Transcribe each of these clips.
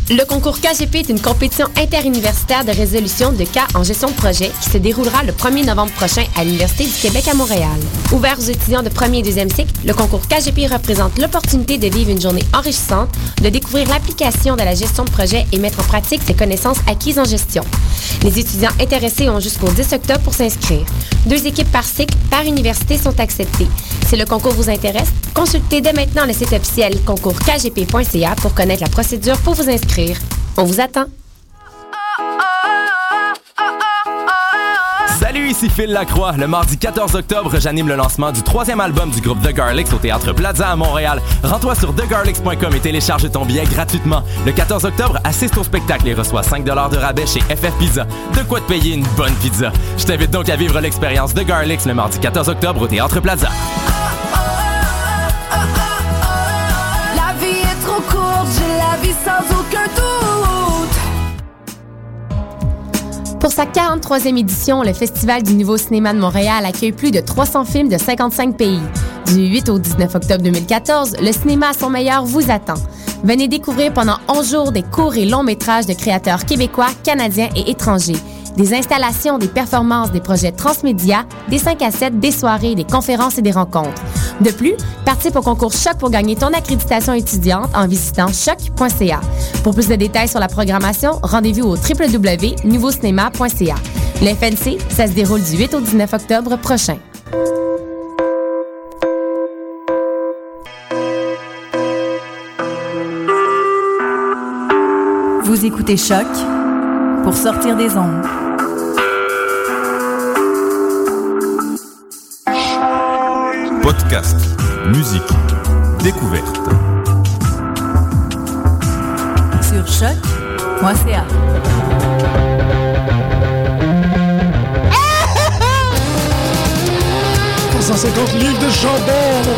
Le concours KGP est une compétition interuniversitaire de résolution de cas en gestion de projet qui se déroulera le 1er novembre prochain à l'Université du Québec à Montréal. Ouvert aux étudiants de premier et deuxième cycle, le concours KGP représente l'opportunité de vivre une journée enrichissante, de découvrir l'application de la gestion de projet et mettre en pratique ses connaissances acquises en gestion. Les étudiants intéressés ont jusqu'au 10 octobre pour s'inscrire. 2 équipes par cycle, par université sont acceptées. Si le concours vous intéresse, consultez dès maintenant le site officiel concourskgp.ca pour connaître la procédure pour vous inscrire. On vous attend! Salut, ici Phil Lacroix. Le mardi 14 octobre, j'anime le lancement du 3e album du groupe The Garlics au Théâtre Plaza à Montréal. Rends-toi sur thegarlics.com et télécharge ton billet gratuitement. Le 14 octobre, assiste au spectacle et reçois 5 $ de rabais chez FF Pizza. De quoi te payer une bonne pizza. Je t'invite donc à vivre l'expérience The Garlics le mardi 14 octobre au Théâtre Plaza. La vie est trop courte, j'ai la vie sans aucun doute. Pour sa 43e édition, le Festival du Nouveau Cinéma de Montréal accueille plus de 300 films de 55 pays. Du 8 au 19 octobre 2014, le cinéma à son meilleur vous attend. Venez découvrir pendant 11 jours des courts et longs métrages de créateurs québécois, canadiens et étrangers. Des installations, des performances, des projets transmédia, des 5 à 7, des soirées, des conférences et des rencontres. De plus, participe au concours Choc pour gagner ton accréditation étudiante en visitant choc.ca. Pour plus de détails sur la programmation, rendez-vous au www.nouveaucinéma.ca. Le FNC, ça se déroule du 8 au 19 octobre prochain. Vous écoutez Choc pour sortir des ondes. Podcast, musique, découverte. Sur choc.ca. Pour 150 livres de chandelle.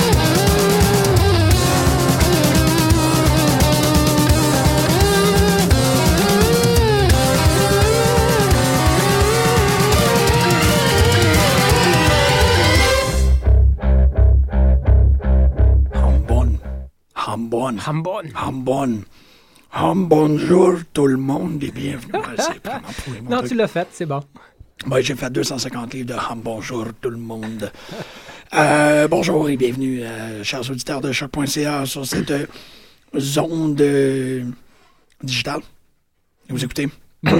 Bonjour tout le monde et bienvenue. Non, tu l'as fait, c'est bon. Oui, j'ai fait 250 livres de bonjour tout le monde. Bonjour et bienvenue, chers auditeurs de choc.ca, sur cette zone digitale. Vous écoutez?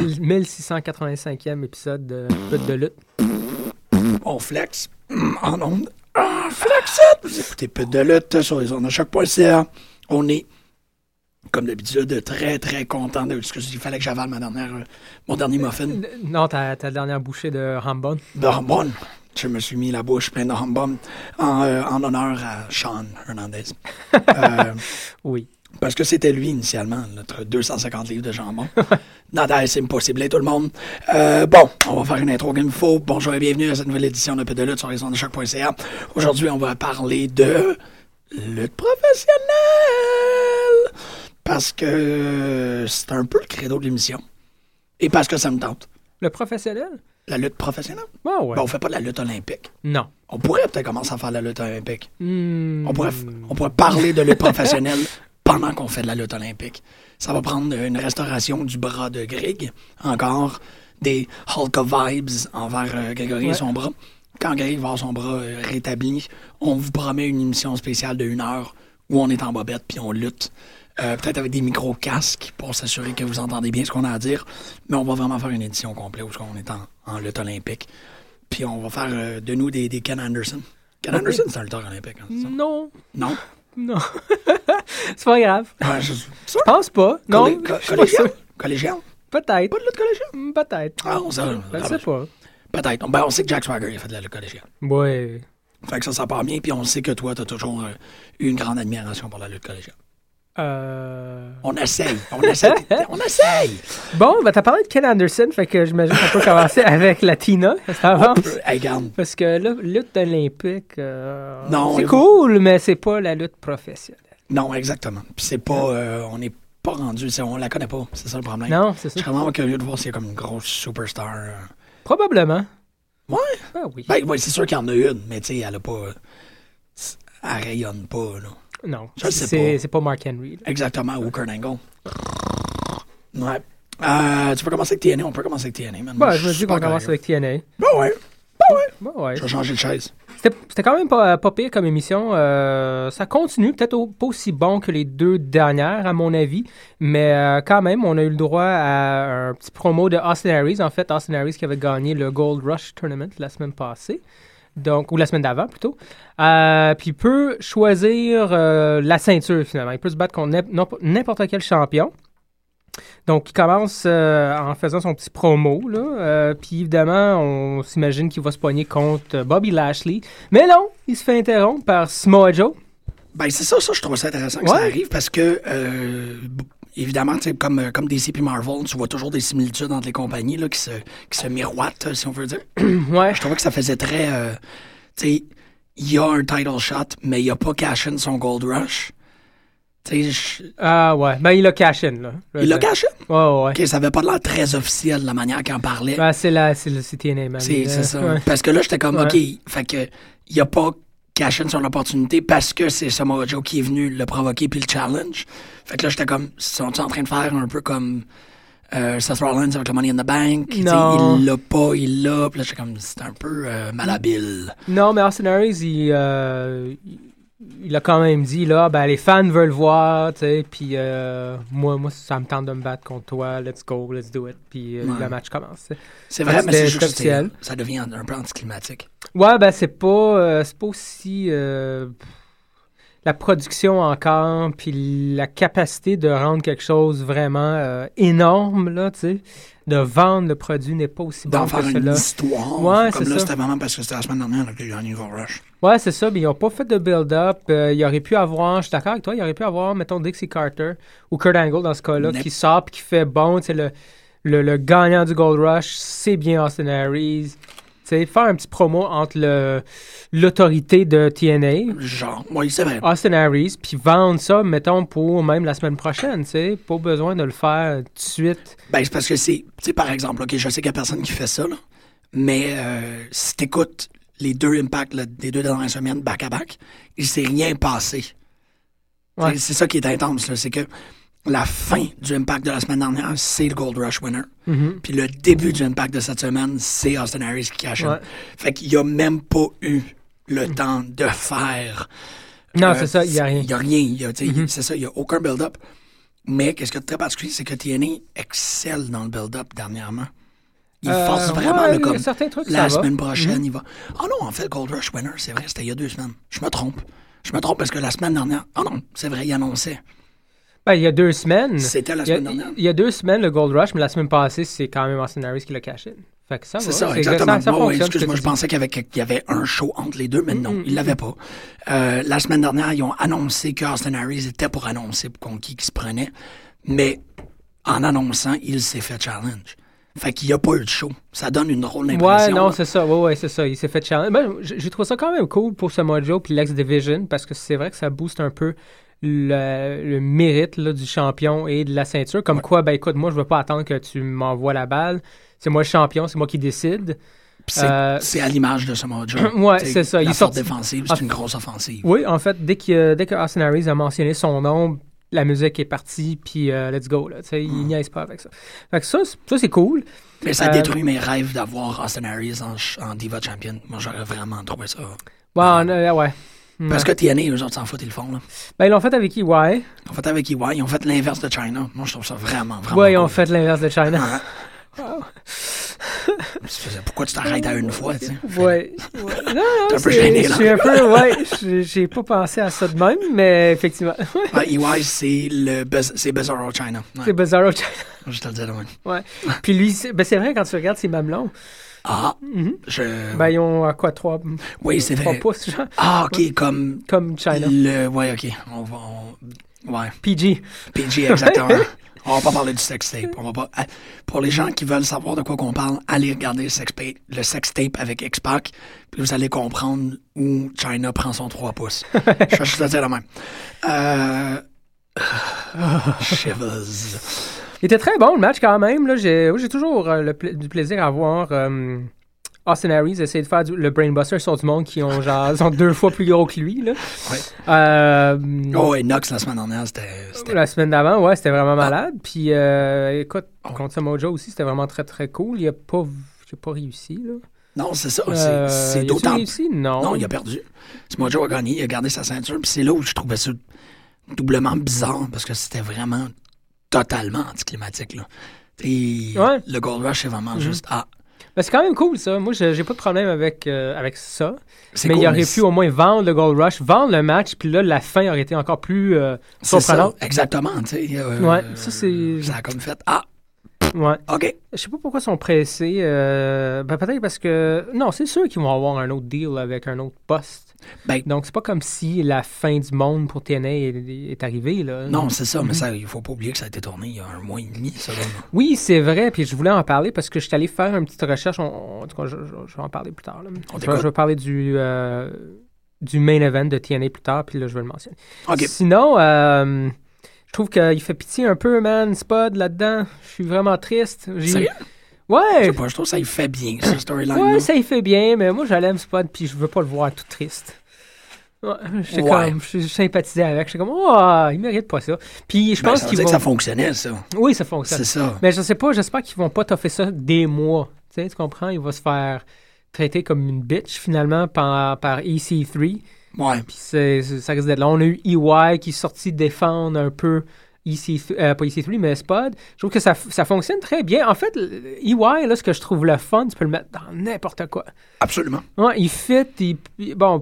1685e épisode de Pute de lutte. On flex en ondes. Flex it! Vous écoutez Pute de lutte sur les ondes de choc.ca. On est, comme d'habitude, très, très content de... Excusez, il fallait que j'avale mon dernier muffin. Non, ta dernière bouchée de Hambon. De Hambon. Je me suis mis la bouche pleine de Hambon en honneur à Sean Hernandez. Oui. Parce que c'était lui, initialement, notre 250 livres de jambon. Non, c'est impossible, tout le monde. Bon, on va faire une intro comme il faut. Bonjour et bienvenue à cette nouvelle édition de Pute de lutte sur les ondes de choc.ca. Aujourd'hui, on va parler de lutte professionnelle. Parce que c'est un peu le credo de l'émission. Et parce que ça me tente. Le professionnel? La lutte professionnelle? Oh, ouais. Ben, on fait pas de la lutte olympique. Non. On pourrait peut-être commencer à faire de la lutte olympique. On pourrait parler de lutte professionnelle pendant qu'on fait de la lutte olympique. Ça va prendre une restauration du bras de Greg. Encore des Hulk vibes envers Grégory et son bras. Quand Greg va avoir son bras rétabli, on vous promet une émission spéciale de 1 heure où on est en bobette puis on lutte. Peut-être avec des micro-casques pour s'assurer que vous entendez bien ce qu'on a à dire. Mais on va vraiment faire une édition complète où on est en lutte olympique. Puis on va faire de nous des Ken Anderson. Ken Anderson, c'est un lutteur olympique. Hein, c'est ça? Non. Non? Non. C'est pas grave. Ouais, je pense pas. Non. Collégial? Peut-être. Pas de lutte collégiale? Peut-être. Ah, on sait. Je sais pas. Peut-être. Ben, on sait que Jack Swagger a fait de la lutte collégiale. Ouais. Fait que ça part bien. Puis on sait que toi, t'as toujours eu une grande admiration pour la lutte collégiale. On essaye. Bon, ben t'as parlé de Ken Anderson, fait que j'imagine qu'on peut commencer avec la Tina. Ça avance. Regarde. Parce que là, lutte olympique, non, c'est cool, mais c'est pas la lutte professionnelle. Non, exactement. Puis c'est pas... on n'est pas rendu... On la connaît pas. C'est ça le problème. Non, c'est ça. Je suis vraiment curieux de voir s'il y a comme une grosse superstar. Probablement. Ouais. Ah oui. Ben, ouais, c'est sûr qu'il y en a une, mais tu sais, elle a pas... Elle rayonne pas, là. Non, je sais pas. C'est pas Mark Henry. Là. Exactement, ou Kurt Angle. Ouais. Tu veux commencer avec TNA? On peut commencer avec TNA, man. Bah, je me dis qu'on commence avec TNA. Ouais. Je vais changer de chaise. C'était quand même pas pire comme émission. Ça continue, peut-être pas aussi bon que les 2 dernières, à mon avis. Mais quand même, on a eu le droit à un petit promo de Austin Aries. En fait, Austin Aries qui avait gagné le Gold Rush Tournament la semaine passée. Donc, ou la semaine d'avant, plutôt. Puis il peut choisir la ceinture, finalement. Il peut se battre contre n'importe quel champion. Donc, il commence en faisant son petit promo, là. Puis, évidemment, on s'imagine qu'il va se pogner contre Bobby Lashley. Mais non, il se fait interrompre par Samoa Joe. Ben, c'est ça, je trouve ça intéressant que ça arrive parce que, évidemment, comme DC et Marvel, tu vois toujours des similitudes entre les compagnies là, qui se miroitent, si on veut dire. Ouais. Je trouvais que ça faisait très... tu sais, il y a un title shot, mais il n'y a pas cash-in son Gold Rush. Ah ouais, ben il a cash-in, là. Il a cash-in? Ouais. OK, ça avait pas l'air très officiel, la manière qu'il en parlait. Ben, c'est le TNA, man. C'est ça. Ouais. Parce que là, j'étais comme, Ouais. OK, fait que il n'y a pas cash-in sur l'opportunité parce que c'est Samoa Joe qui est venu le provoquer puis le challenge. Fait que là, j'étais comme, sont-ils en train de faire un peu comme Seth Rollins avec le Money in the Bank? Non. Il l'a pas, il l'a. Puis là, j'étais comme, c'est un peu malhabile. Non, mais Austin Aries, il a quand même dit, là, ben les fans veulent voir, tu sais, puis moi, ça me tente de me battre contre toi, let's go, let's do it, puis le match commence. C'est vrai, mais c'est juste officiel. ça devient un peu anticlimatique. Ouais, ben c'est pas aussi la production encore, puis la capacité de rendre quelque chose vraiment énorme, là, tu sais, de vendre le produit n'est pas aussi bon D'en que faire cela. une histoire. Ouais, comme c'est là, ça. c'était vraiment parce que c'était la semaine dernière qu'il y a eu un Gold Rush. Ouais, c'est ça, mais ils n'ont pas fait de build-up. Il aurait pu avoir, je suis d'accord avec toi, il aurait pu avoir, mettons, Dixie Carter ou Kurt Angle dans ce cas-là, qui sort et qui fait bon, tu sais, le gagnant du Gold Rush, c'est bien Austin Aries. Tu sais, faire un petit promo entre l'autorité de TNA, Genre, oui, c'est vrai. Austin Aries, puis vendre ça, mettons, pour même la semaine prochaine, tu sais, pas besoin de le faire tout de suite. Ben, c'est parce que c'est, tu sais, par exemple, OK, je sais qu'il n'y a personne qui fait ça, là, mais si t'écoutes les 2 impacts là, des 2 dernières semaines back-à-back, il s'est rien passé. Ouais. C'est ça qui est intense, là, c'est que la fin du impact de la semaine dernière, c'est le Gold Rush winner. Mm-hmm. Puis le début du impact de cette semaine, c'est Austin Aries qui cache. Ouais. Fait qu'il n'y a même pas eu le temps de faire... Non, c'est ça, il n'y a rien. Il n'y a rien. C'est ça, il n'y a aucun build-up. Mais qu'est-ce qui est très particulier, c'est que TNA excelle dans le build-up dernièrement. Il force vraiment ouais, le comme certains trucs, la ça va. semaine prochaine, il va. Ah non, en fait, Gold Rush Winner, c'est vrai, c'était il y a 2 semaines. Je me trompe parce que la semaine dernière. Ah non, c'est vrai, il annonçait. Ben, il y a 2 semaines. C'était la semaine dernière. Il y a 2 semaines, le Gold Rush, mais la semaine passée, c'est quand même Austin Harris qui l'a caché. Fait que ça C'est va. ça, exactement. Ça Ouais, fonctionne, excuse-moi, ce je que tu pensais qu'il y avait un show entre les deux, mais non, ils l'avaient pas. La semaine dernière, ils ont annoncé que Austin Harris était pour annoncer contre qui se prenait, mais en annonçant, il s'est fait challenge. Fait qu'il n'y a pas eu de show. Ça donne une drôle d'impression. Ouais, non, là. c'est ça. Ouais, c'est ça. Il s'est fait challenge. Ben, j'ai trouvé ça quand même cool pour Samoa Joe puis l'X Division parce que c'est vrai que ça booste un peu le mérite là, du champion et de la ceinture. Comme quoi, ben écoute, moi, je veux pas attendre que tu m'envoies la balle. C'est moi le champion, c'est moi qui décide. Puis c'est à l'image de Samoa Joe. Ouais, T'sais, c'est ça. La Il forte sort- défensive, c'est une grosse offensive. Oui, en fait, dès que Austin Harris a mentionné son nom, la musique est partie, puis let's go. Là, il niaise pas avec ça. Fait que ça c'est cool. Mais ça détruit mes rêves d'avoir Austin Harris en Diva Champion. Moi, j'aurais vraiment trouvé ça. Bon, ouais. Parce que TNA, eux autres s'en foutent, ils le font. Là. Ben, ils l'ont fait avec EY. Ils ont fait avec EY, ils ont fait l'inverse de China. Moi, je trouve ça vraiment, vraiment Ouais, ils ont cool. fait l'inverse de China. Ouais. Pourquoi tu t'arrêtes à une fois, tu sais? Ouais. Non, T'es un peu gêné, là. Je suis un peu, ouais. J'ai pas pensé à ça de même, mais effectivement. Ouais, EY, c'est Bizarro China. Ouais. C'est Bizarro China. Je te le dis là, ouais. Ouais. Puis lui, c'est vrai, quand tu regardes ses mamelons, Ah, ben, ils ont à quoi, 3 oui, c'est vrai. pouces, genre, Ah, OK, comme... comme China. Ouais, OK. Ouais. PG. PG, exactement. On va pas parler du sex tape. On va pas... Pour les gens qui veulent savoir de quoi qu'on parle, allez regarder le sex tape avec X-Pac, puis vous allez comprendre où China prend son 3 pouces. Je vais juste le dire la même. Shivers. Il était très bon, le match, quand même. Là. J'ai toujours du plaisir à voir Austin Aries essaie de faire le brainbuster sur du monde qui ont genre sont 2 fois plus gros que lui. Là. Et Knox, la semaine dernière, c'était... La semaine d'avant, ouais, c'était vraiment malade. Puis, écoute, contre Samoa Joe aussi, c'était vraiment très, très cool. Il n'a pas réussi, là. Non, c'est ça. C'est d'autant... réussi? Non, il a perdu. Samoa Joe a gagné, il a gardé sa ceinture. Puis c'est là où je trouvais ça doublement bizarre, parce que c'était vraiment totalement anticlimatique, là. Et le Gold Rush, c'est vraiment juste... Ben, c'est quand même cool, ça. Moi, j'ai pas de problème avec ça. Mais cool, il aurait pu au moins vendre le Gold Rush, vendre le match, puis là, la fin aurait été encore plus surprenante. Ça, exactement, tu sais. Ça, c'est... Ça a comme fait... Ouais. OK. Je sais pas pourquoi ils sont pressés. Peut-être parce que... Non, c'est sûr qu'ils vont avoir un autre deal avec un autre poste. Donc, c'est pas comme si la fin du monde pour TNA est arrivée, là. Non, c'est ça, mais ça, il faut pas oublier que ça a été tourné il y a 1 mois et demi, ça. Oui, c'est vrai, puis je voulais en parler parce que je suis allé faire une petite recherche. En tout cas, je vais en parler plus tard. Là. Je vais parler du main event de TNA plus tard, puis là, je vais le mentionner. Okay. Sinon, je trouve qu'il fait pitié un peu, man, Spud, là-dedans. Je suis vraiment triste. Sérieux? Ouais. Je sais pas, je trouve que ça y fait bien, ce storyline. Ouais, ça y fait bien, mais moi, j'aime Spud, puis je veux pas le voir tout triste. Ouais, je sympathisais avec. Je suis comme, il mérite pas ça. Puis je pense qu'ils vont... que ça fonctionnait, ça. Oui, ça fonctionne. C'est ça. Mais je sais pas, j'espère qu'ils vont pas toffer ça des mois. Tu comprends? Il va se faire traiter comme une bitch, finalement, par EC3. Ouais. Puis ça risque d'être là. On a eu EY qui est sorti défendre un peu pas EC3, mais Spud. Je trouve que ça fonctionne très bien. En fait, EY, là, ce que je trouve le fun, tu peux le mettre dans n'importe quoi. Absolument. Ouais, il fit. Bon,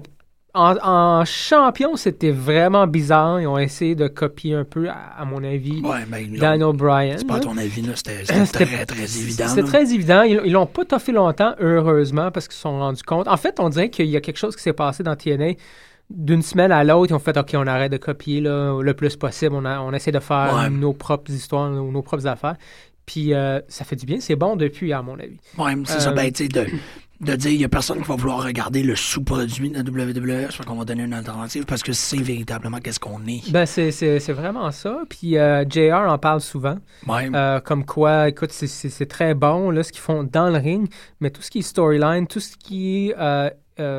en champion, c'était vraiment bizarre. Ils ont essayé de copier un peu, à mon avis, Daniel Bryan. C'est pas à ton avis, là. C'était très, très évident. C'était très évident. Ils l'ont pas toffé longtemps, heureusement, parce qu'ils se sont rendus compte. En fait, on dirait qu'il y a quelque chose qui s'est passé dans TNA. D'une semaine à l'autre, ils ont fait « OK, on arrête de copier là, le plus possible. On essaie de faire nos propres histoires, nos propres affaires. » Puis ça fait du bien. C'est bon depuis, à mon avis. Oui, c'est ça. Ben, tu sais, de dire il n'y a personne qui va vouloir regarder le sous-produit de la WWE, soit qu'on va donner une alternative parce que c'est véritablement qu'est-ce qu'on est. Ben, c'est vraiment ça. Puis JR en parle souvent. Ouais. Comme quoi, écoute, c'est très bon là, ce qu'ils font dans le ring, mais tout ce qui est storyline, tout ce qui est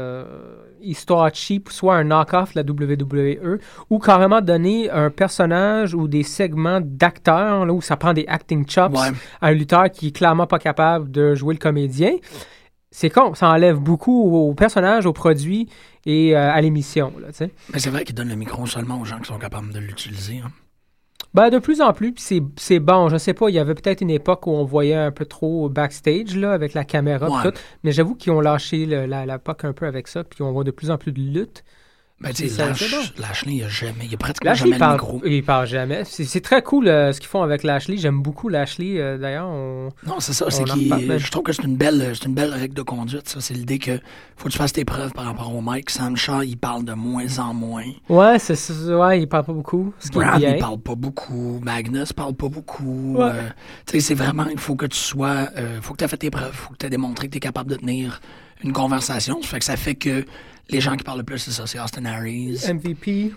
histoire cheap, soit un knock-off de la WWE, ou carrément donner un personnage ou des segments d'acteurs, là, où ça prend des acting chops à un lutteur qui est clairement pas capable de jouer le comédien. C'est con, ça enlève beaucoup au personnage, au produit et à l'émission. Là, mais c'est vrai qu'ils donnent le micro seulement aux gens qui sont capables de l'utiliser. Hein? Ben, de plus en plus, puis c'est bon. Je sais pas, il y avait peut-être une époque où on voyait un peu trop backstage là, avec la caméra et tout, mais j'avoue qu'ils ont lâché la POC un peu avec ça, puis on voit de plus en plus de lutte. Ben, tu sais, Lashley, il a pratiquement jamais le micro. Il parle jamais. C'est très cool ce qu'ils font avec Lashley. J'aime beaucoup Lashley. D'ailleurs, non, c'est ça. Je trouve que c'est une belle règle de conduite. Ça, c'est l'idée que faut que tu fasses tes preuves par rapport au mic. Sam Shaw, il parle de moins en moins. Ouais, il parle pas beaucoup. Brad, il parle pas beaucoup. Magnus parle pas beaucoup. Ouais. Tu sais, c'est vraiment, il faut que tu sois, faut que tu aies fait tes preuves. Faut que tu aies démontré que tu es capable de tenir une conversation. Ça fait que les gens qui parlent le plus, c'est ça, c'est Austin Harris. MVP,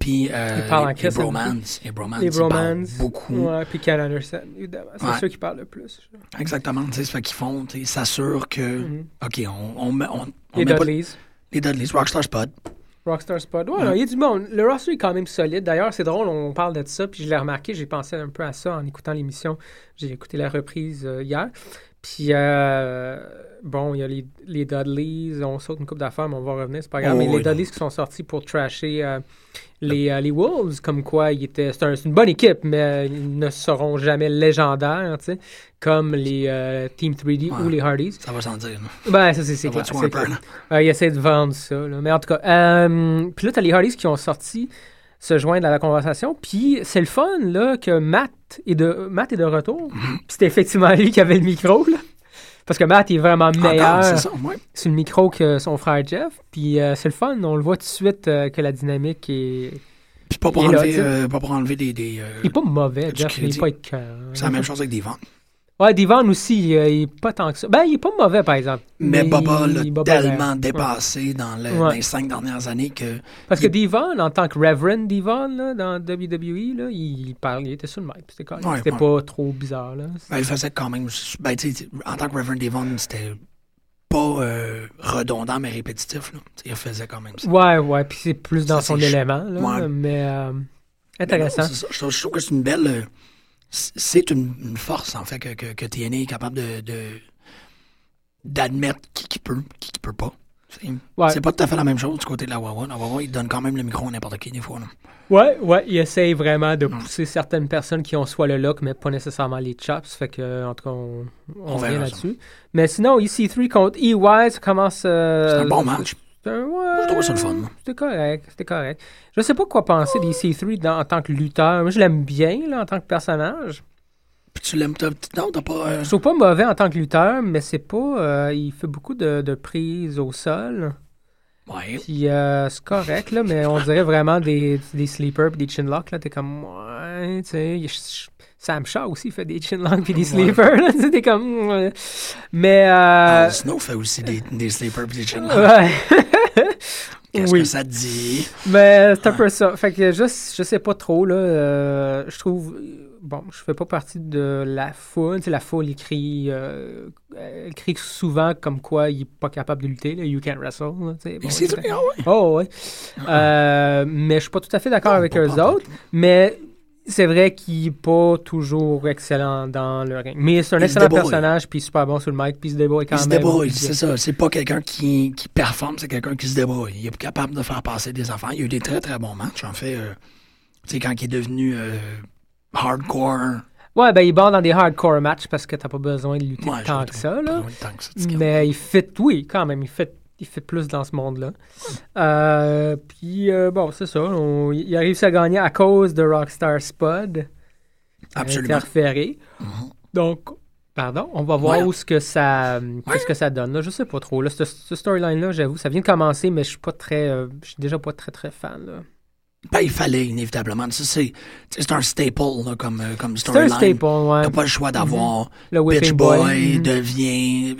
et Bromance. Et Bromance, ils parlent beaucoup. Ouais, puis Ken Anderson, évidemment. C'est ceux qui parlent le plus. Exactement. Tu sais, ça fait qu'ils font, ils s'assurent que, OK, on les met Dudleys. Les Dudleys, Rockstar Spud. Rockstar Spud. Ouais, non, il y a du monde. Le roster est quand même solide. D'ailleurs, c'est drôle, on parle de ça, puis je l'ai remarqué, j'ai pensé un peu à ça en écoutant l'émission. J'ai écouté la reprise hier. Puis, bon, il y a les Dudleys, on saute une couple d'affaires, mais on va revenir, c'est pas grave. Mais les Dudleys qui sont sortis pour trasher les Wolves, comme quoi c'est une bonne équipe, mais ils ne seront jamais légendaires, tu sais, comme les Team 3D ou les Hardys. Ça va s'en dire. Ben, ça, c'est clair. Ils essaient de vendre ça, là. Mais en tout cas, puis là, t'as les Hardys qui ont sorti se joindre à la conversation. Puis c'est le fun, là, que Matt est de retour. Puis c'était effectivement lui qui avait le micro, là. Parce que Matt est vraiment meilleur sur le micro que son frère Jeff. Puis c'est le fun. On le voit tout de suite que la dynamique est... Puis pas pour enlever des il est pas mauvais, Jeff. Il est pas écœurant. C'est la même chose avec Devon. Ouais, Devon aussi, il est pas tant que ça. Ben, il est pas mauvais, par exemple. Mais Bubba l'a tellement dépassé dans les 5 dernières années que... Parce que Devon, en tant que Reverend Devon, là, dans WWE, là, il était sur le mic. C'était pas trop bizarre, là. Ben, il faisait quand même... Ben, tu sais, en tant que Reverend Devon, c'était pas redondant, mais répétitif. Là. Il faisait quand même ça. Ouais, puis c'est plus dans Ça, son c'est élément, là, ouais. mais intéressant. Mais non, c'est ça. Je trouve que c'est une belle... c'est une force, en fait, que TNA est capable d'admettre qui peut pas. C'est pas tout à fait la même chose du côté de la Wawa. La Wawa, il donne quand même le micro à n'importe qui, des fois. Là. Ouais, il essaye vraiment de pousser certaines personnes qui ont soit le look, mais pas nécessairement les chops. Fait que, en tout cas, on revient là-dessus. Mais sinon, EC3 contre EY, ça commence... c'est un bon match. Je trouve ça le fun. C'était correct. Je sais pas quoi penser d'EC3 en tant que lutteur. Moi, je l'aime bien là, en tant que personnage. Puis tu l'aimes... Non, t'as pas... Je trouve pas mauvais en tant que lutteur, mais c'est pas... il fait beaucoup de prises au sol. Ouais. Puis c'est correct, là, mais on dirait vraiment des sleepers puis des chinlocks. T'es comme... Ouais, tu sais... Sam Shaw aussi fait des chinlocks puis des sleepers. Là, t'es comme... Mais... Snow fait aussi des sleepers puis des chinlocks. Ouais. Qu'est-ce que ça te dit? Mais c'est un peu ça. Fait que je sais pas trop, là. Je trouve... Bon, je fais pas partie de la foule. Tu sais, la foule, elle crie souvent comme quoi il est pas capable de lutter. Là. You can't wrestle. Là, bon, c'est vrai, ouais. Oh, ouais. Mais je suis pas tout à fait d'accord avec eux autres. Mais c'est vrai qu'il est pas toujours excellent dans le ring. Mais c'est un excellent personnage, puis super bon sur le mic, puis il se débrouille quand même. Il se débrouille, c'est ça. C'est pas quelqu'un qui performe, c'est quelqu'un qui se débrouille. Il est capable de faire passer des affaires. Il y a eu des très, très bons matchs. En fait, tu sais, quand il est devenu... hardcore. Ouais, ben il bat dans des hardcore matchs parce que t'as pas besoin de lutter tant que ça, là. Mais il fit, oui, quand même, il fit plus dans ce monde-là. Puis, bon, c'est ça. Il a réussi à gagner à cause de Rockstar Spud. Absolument. Interféré. Donc, pardon, on va voir qu'est-ce que ça donne. Là. Je sais pas trop. Là, ce storyline-là, j'avoue, ça vient de commencer, mais je suis déjà pas très, très fan, là. Ben, il fallait, inévitablement. C'est un staple là, comme storyline. C'est un staple, ouais. T'as pas le choix d'avoir le Bitch Whipping Boy devient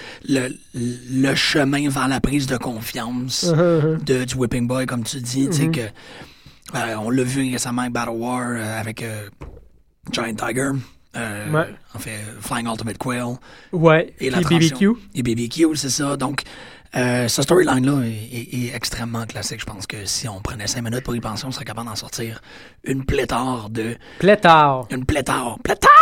le chemin vers la prise de confiance du Whipping Boy, comme tu dis. Que on l'a vu récemment avec Battle War avec Giant Tiger. En fait, Flying Ultimate Quail. Ouais. Et BBQ. Et BBQ, c'est ça. Donc, ce storyline-là est extrêmement classique. Je pense que si on prenait 5 minutes pour y penser, on serait capable d'en sortir une pléthore de... Une pléthore!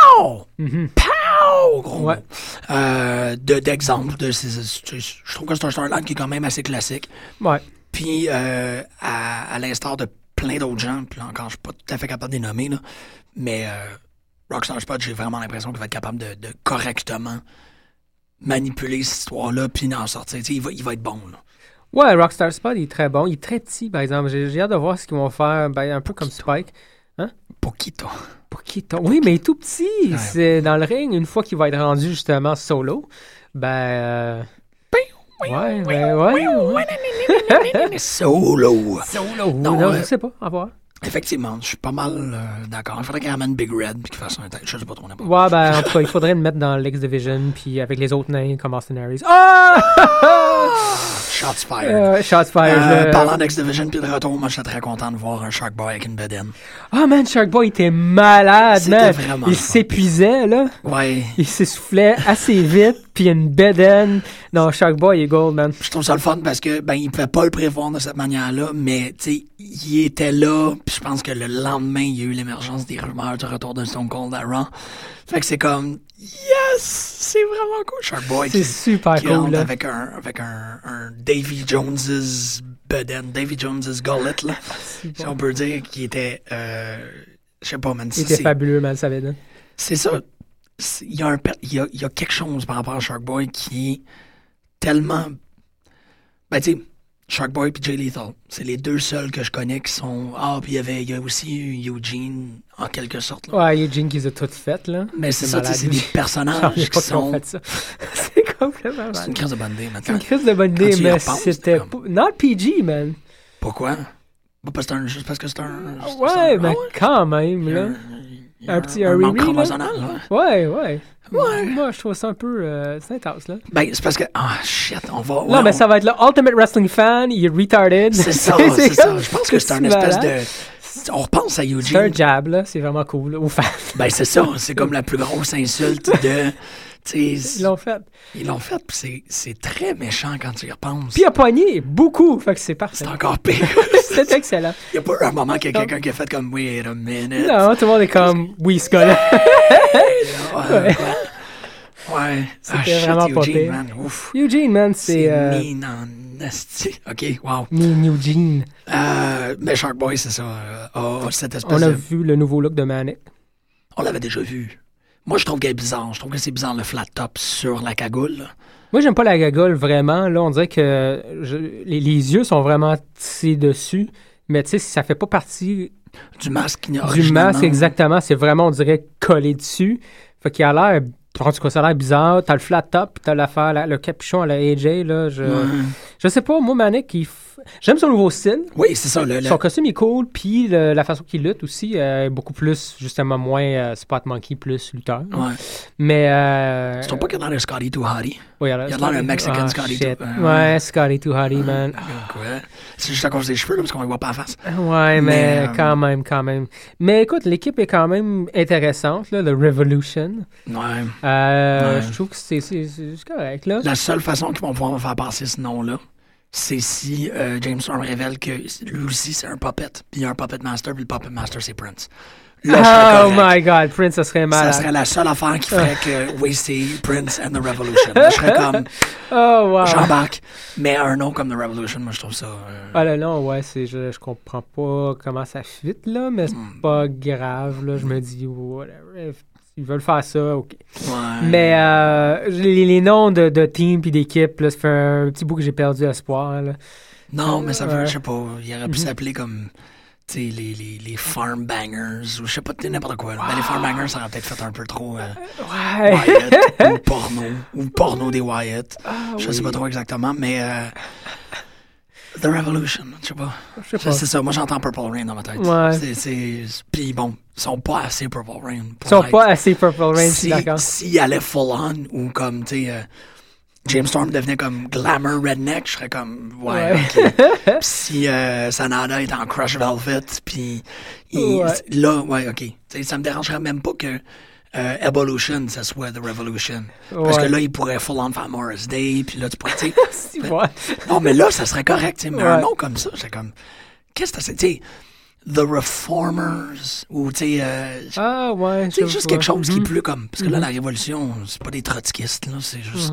Pow! Gros! Ouais. D'exemples. Je trouve que c'est un storyline qui est quand même assez classique. Ouais. Puis, à l'instar de plein d'autres gens, puis là encore, je suis pas tout à fait capable de les nommer, là, mais Rockstar Spud, j'ai vraiment l'impression qu'il va être capable de correctement manipuler cette histoire-là puis en sortir. Il va être bon. Là. Ouais, Rockstar Spud, il est très bon. Il est très petit, par exemple. J'ai hâte de voir ce qu'ils vont faire, un peu comme Spike. Hein? Poquito. Oui, mais il est tout petit. Ouais. C'est dans le ring, une fois qu'il va être rendu justement solo, ouais. Solo. Non, je sais pas. À voir. Effectivement, je suis pas mal d'accord. Il faudrait qu'il ramène Big Red puis qu'il fasse un tête. Je sais pas trop n'importe. Ouais, ben, en tout cas, il faudrait le mettre dans l'X-Division puis avec les autres nains comme Austin Aries. Oh! Shots fired. Shots fired. Parlant d'X-Division puis de retour, moi, je serais très content de voir un Shark Boy avec une bedaine. Ah, man, Shark Boy était malade, man. Vraiment il s'épuisait, là. Ouais. Il s'essoufflait assez vite puis une bedaine. Non, Shark Boy est gold, man. Je trouve ça le fun parce que, il pouvait pas le prévoir de cette manière-là, mais, tu sais, il était là. Puis je pense que le lendemain, il y a eu l'émergence des rumeurs du retour de Stone Cold à Raw. Fait que c'est comme, yes! C'est vraiment cool. Shark Boy c'est super cool, là. Avec un Davy Jones's bedaine, Davy Jones's gullet, là. Si on peut dire qu'il était, je sais pas, man. Il était fabuleux, man, ça veut. C'est ça. Il y a quelque chose par rapport à Shark Boy qui est tellement... Ben, tu sais, Shark Boy et Jay Lethal, c'est les deux seuls que je connais qui sont... Ah, puis il y a aussi Eugene, en quelque sorte. Là. Ouais, Eugene qui les a toutes faites, là. Mais c'est ça, c'est des personnages qui sont... Fait ça. C'est complètement C'est une crise de bonne idée, maintenant. C'est une crise de bonne idée, mais c'était... Not PG, man. Pourquoi? Juste parce que c'est un... Ouais, mais quand même, là. Un petit manque promotionnel, ouais. Moi, je trouve ça un peu... c'est intense, là. Ben, c'est parce que... Ah, shit, on va... Non, mais ça va être le Ultimate Wrestling Fan, il est retarded. C'est ça. Je pense que c'est un espèce de... On repense à Eugene. C'est un jab, là. C'est vraiment cool, aux fans. Ben, c'est ça. C'est comme la plus grosse insulte de... Tu sais, Ils l'ont fait. Ils l'ont fait, puis c'est très méchant quand tu y repenses. Puis il a pogné beaucoup, fait que c'est parfait. C'est encore pire. C'est excellent. Il n'y a pas eu un moment qu'il y a quelqu'un qui a fait comme « Wait a minute ». Non, tout le monde est comme, oui, ce gars-là. Ouais. C'était vraiment pas Eugene, pire. man. Ouf. Eugene, man, c'est... mean en esti. OK, wow. Eugene. Mais Shark Boy, c'est ça. Cette espèce On a de... vu le nouveau look de Manic. On l'avait déjà vu. Moi, je trouve qu'elle est bizarre. Je trouve que c'est bizarre le flat top sur la cagoule. Là. Moi, j'aime pas la gagole, vraiment. Là, on dirait que les yeux sont vraiment tissés dessus. Mais tu sais, ça fait pas partie Du masque. du masque, exactement. C'est vraiment, on dirait, collé dessus. Fait qu'il a l'air... En tout cas, ça a l'air bizarre. T'as le flat top, t'as l'affaire, le capuchon à la AJ, là. Je sais pas, moi, Manic, j'aime son nouveau style. Oui, c'est ça. Son costume est cool, puis la façon qu'il lutte aussi est beaucoup plus, justement, moins Spot Monkey, plus lutteur. Ouais. Mais... Tu trouves pas qu'il a l'air de Scotty Too Hottie? Oui, Il a l'air d'un Mexican Scotty Too... Ouais, Scotty Too Hottie, man. Quoi? C'est juste à cause des cheveux, là, parce qu'on ne voit pas la face. Ouais, mais quand même. Mais écoute, l'équipe est quand même intéressante, là, le Revolution. Ouais. Je trouve que c'est correct, là. La seule façon qu'ils vont pouvoir me faire passer ce nom-là, c'est si James Storm révèle que lui aussi, c'est un puppet. Puis il y a un puppet master, puis le puppet master, c'est Prince. Là, oh my God, Prince, ça serait malade. Ça serait la seule affaire qui ferait que, oui, c'est Prince and the Revolution. Là, je serais comme, oh, wow. j'embarque. Mais un nom comme The Revolution, moi, je trouve ça... Ah là, non, ouais, je comprends pas comment ça fit, là, mais c'est pas grave, là. Je me dis, whatever. Ils veulent faire ça, OK. Ouais. Mais les noms de team puis d'équipe, là, ça fait un petit bout que j'ai perdu espoir, là. Non, mais ça veut, je sais pas, il aurait pu s'appeler comme... Tu sais, les Farm Bangers, ou je sais pas, n'importe quoi. Ben, les Farm Bangers, ça aurait peut-être fait un peu trop Wyatt, ou porno des Wyatt. Je sais pas trop exactement, mais The Revolution, je sais pas. C'est ça, moi j'entends Purple Rain dans ma tête. Ouais. Puis bon, ils sont pas assez Purple Rain. Ils sont pas assez Purple Rain, je suis d'accord. S'ils allaient full on, ou comme, tu sais... James Storm devenait comme glamour redneck, je serais comme, ouais. OK. Pis si Sanada est en Crush Velvet, puis là, ouais, OK. T'sais, ça me dérangerait même pas que Evolution, ça soit The Revolution. Parce que là, il pourrait full on faire Morris Day, puis là, tu pourrais, tu sais... Non, mais là, ça serait correct, tu sais. Mais un nom comme ça, c'est comme... Qu'est-ce que c'est, tu sais... The Reformers, ou tu sais... ouais. C'est juste quelque chose qui est plus comme... Parce que là, la Révolution, c'est pas des trotskistes, là, c'est juste...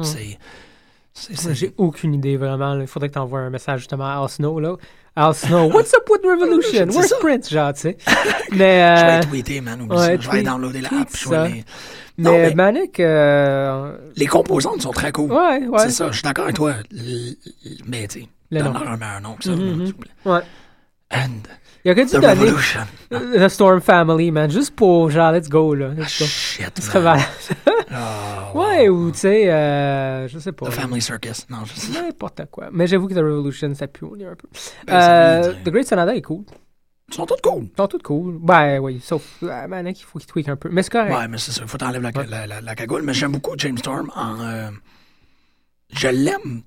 J'ai aucune idée, vraiment. Il faudrait que tu envoies un message, justement, à Al Snow, là. Al Snow, what's up with Revolution? Where's Prince, genre, tu sais? Mais... Je vais tweeter, man, oublie ça. Je vais downloader l'app, je vais mais Manic... Les composantes sont très cool. Ouais. C'est ça, je suis d'accord avec toi. Mais, tu sais, donne-leur un meilleur nom que ça, là, s'il vous plaît. Ouais. And... Il aurait dû donner The Storm Family, man, juste pour genre, let's go, là. Shit, man. Ouais, ou tu sais, je sais pas. The Family Circus, non, je sais. N'importe quoi. Mais j'avoue que The Revolution, ça pue un peu. The Great Sanada est cool. Ils sont tous cool. Ils sont tous cool. Ben oui, sauf Manic, il faut qu'il tweak un peu. Mais c'est correct. Ouais, mais c'est ça, il faut t'enlèver la cagoule. Mais j'aime beaucoup James Storm je l'aime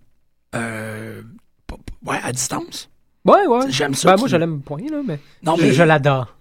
à distance. Ouais. J'aime ça. Ben, moi, je l'aime point, là, mais. Non, mais... Je l'adore.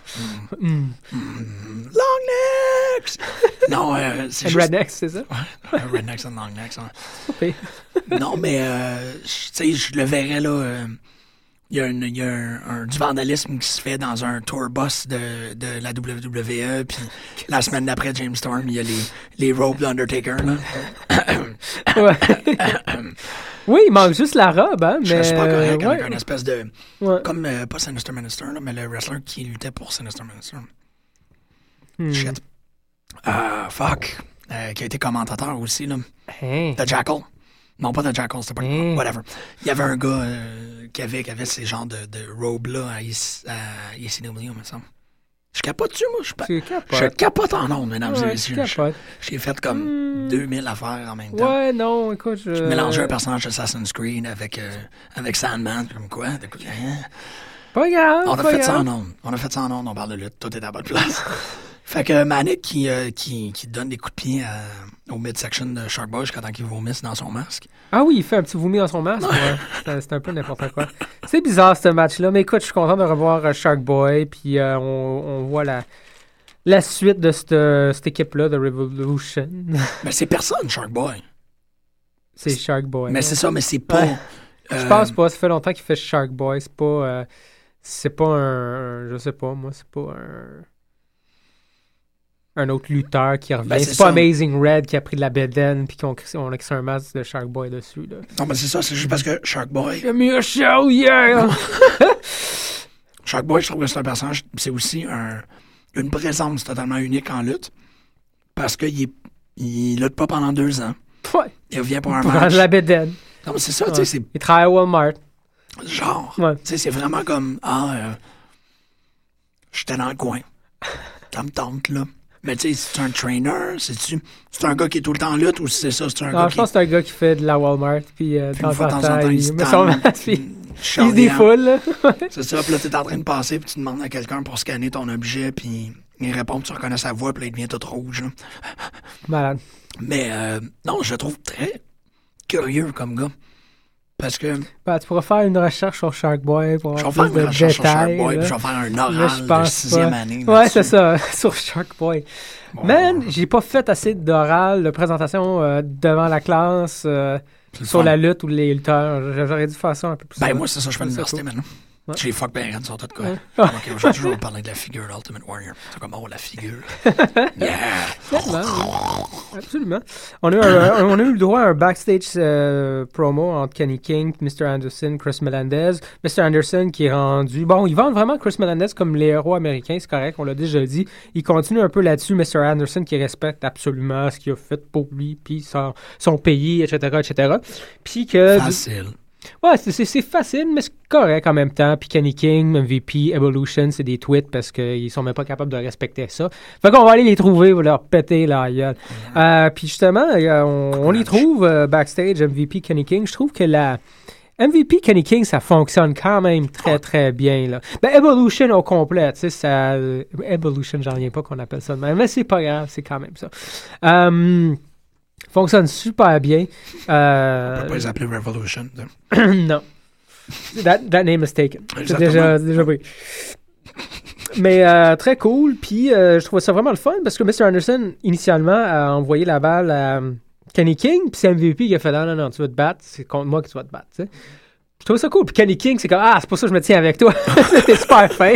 Long necks! Non, c'est juste... Rednecks, c'est ça? Ouais, rednecks and long necks. Okay. Non, mais, tu sais, je le verrais, là... Il y a du vandalisme qui se fait dans un tour bus de la WWE, puis la semaine d'après, James Storm, il y a les robes d'Undertaker, là. Ouais. Oui, il manque juste la robe, hein, mais... Je suis pas correct avec une espèce de... Ouais. Comme, pas Sinister Minister, là, mais le wrestler qui luttait pour Sinister Minister. Shit. Fuck. Qui a été commentateur aussi, là. Hey. The Jackal. Non, pas The Jackal, c'était pas... Whatever. Il y avait un gars qui avait ces genres de robes-là à ECW, il me semble. Je capote dessus, moi. Je capote en ondes, mesdames et messieurs. J'ai fait comme 2000 affaires en même temps. Ouais, non, écoute, je mélangeais un personnage d'Assassin's Creed avec Sandman, comme quoi. Pas grave. On a fait ça en ondes. On parle de lutte. Tout est à la bonne place. Fait que Manic qui donne des coups de pied au midsection de Shark Boy quand il vomisse dans son masque. Ah oui, il fait un petit vomi dans son masque. Ouais. C'est un peu n'importe quoi. C'est bizarre ce match-là, mais écoute, je suis content de revoir Shark Boy, puis on voit la suite de cette équipe-là, de Revolution. Mais c'est personne, Shark Boy. C'est Shark Boy. Mais non? c'est ça, mais c'est pas... Ouais. Je pense pas, ça fait longtemps qu'il fait Shark Boy. C'est pas un je sais pas, moi, c'est pas un autre lutteur qui revient. Ben, c'est c'est pas ça. Amazing Red qui a pris de la bedaine puis on a créé un masque de Shark Boy dessus. Là. Non, mais c'est ça, c'est juste parce que Shark Boy... Give me a show, yeah! Shark Boy, je trouve que c'est un personnage, c'est aussi une présence totalement unique en lutte. Parce qu'il lutte pas pendant 2 ans. Ouais. Il revient pour un Pour match. prendre la bedaine. Non, mais c'est ça, Ouais. tu sais, Il travaille à Walmart. c'est genre. Ouais. Tu sais, c'est vraiment comme, j'étais dans le coin. Ça me tente, là. Mais tu sais, c'est un trainer, c'est un gars qui est tout le temps en lutte ou c'est ça, c'est un Non, gars je pense que c'est un gars qui fait de la Walmart puis de puis temps une fois de en temps en temps, temps, il se met son tanne, masque puis puis il se charriant. défoule. Là. C'est ça, puis là, t'es en train de passer, puis tu demandes à quelqu'un pour scanner ton objet, puis il répond, puis tu reconnais sa voix, puis là, il devient tout rouge, là. Malade. Mais non, je le trouve très curieux comme gars. Parce que Ben, tu pourras faire une recherche sur Shark Boy pour je vais avoir faire plus une de recherche sur Shark détails. Boy, là. puis je vais faire un Là, oral je de pense 6e pas. année. Ouais, là-dessus. c'est ça, sur Shark Boy. Bon, Man, j'ai pas fait assez d'oral, de présentation devant la classe c'est le sur fun. la lutte ou les lutteurs. J'aurais dû faire ça un peu plus. Ben, moi, c'est ça, je fais à Ça, l'université cool. maintenant. Ouais. J'ai fuck ben raide sur tout de quoi. Ouais. Ok, aujourd'hui, je vais vous parler de la figure d'Ultimate Warrior. C'est comme, oh, la figure. Yeah! Tellement, oui. Absolument. On a eu le droit à un backstage promo entre Kenny King, Mr. Anderson, Chris Melendez. Mr. Anderson qui est rendu... Bon, ils vendent vraiment Chris Melendez comme les héros américains, c'est correct, on l'a déjà dit. Il continue un peu là-dessus. Mr. Anderson qui respecte absolument ce qu'il a fait pour lui, puis son pays, etc., etc. Puis que... Facile. Ouais, c'est facile, mais c'est correct en même temps. Puis Kenny King, MVP, Evolution, c'est des tweets parce qu'ils sont même pas capables de respecter ça. Fait qu'on va aller les trouver, on va leur péter la gueule. Puis justement, on les trouve backstage, MVP, Kenny King. Je trouve que la MVP, Kenny King, ça fonctionne quand même très, très bien. Là. Ben, Evolution au complet, tu sais, ça... Evolution, j'en reviens pas qu'on appelle ça de même, mais c'est pas grave, c'est quand même ça. Fonctionne super bien. On peut pas les appeler Revolution. Non. That name is taken. C'est Exactement. déjà pris. Mais très cool. Puis je trouvais ça vraiment le fun parce que Mr. Anderson, initialement, a envoyé la balle à Kenny King. Puis c'est MVP qui a fait non, tu vas te battre. C'est contre moi que tu vas te battre. Tu sais. Je trouvais ça cool. Puis Kenny King, c'est comme c'est pour ça que je me tiens avec toi. C'était super fin.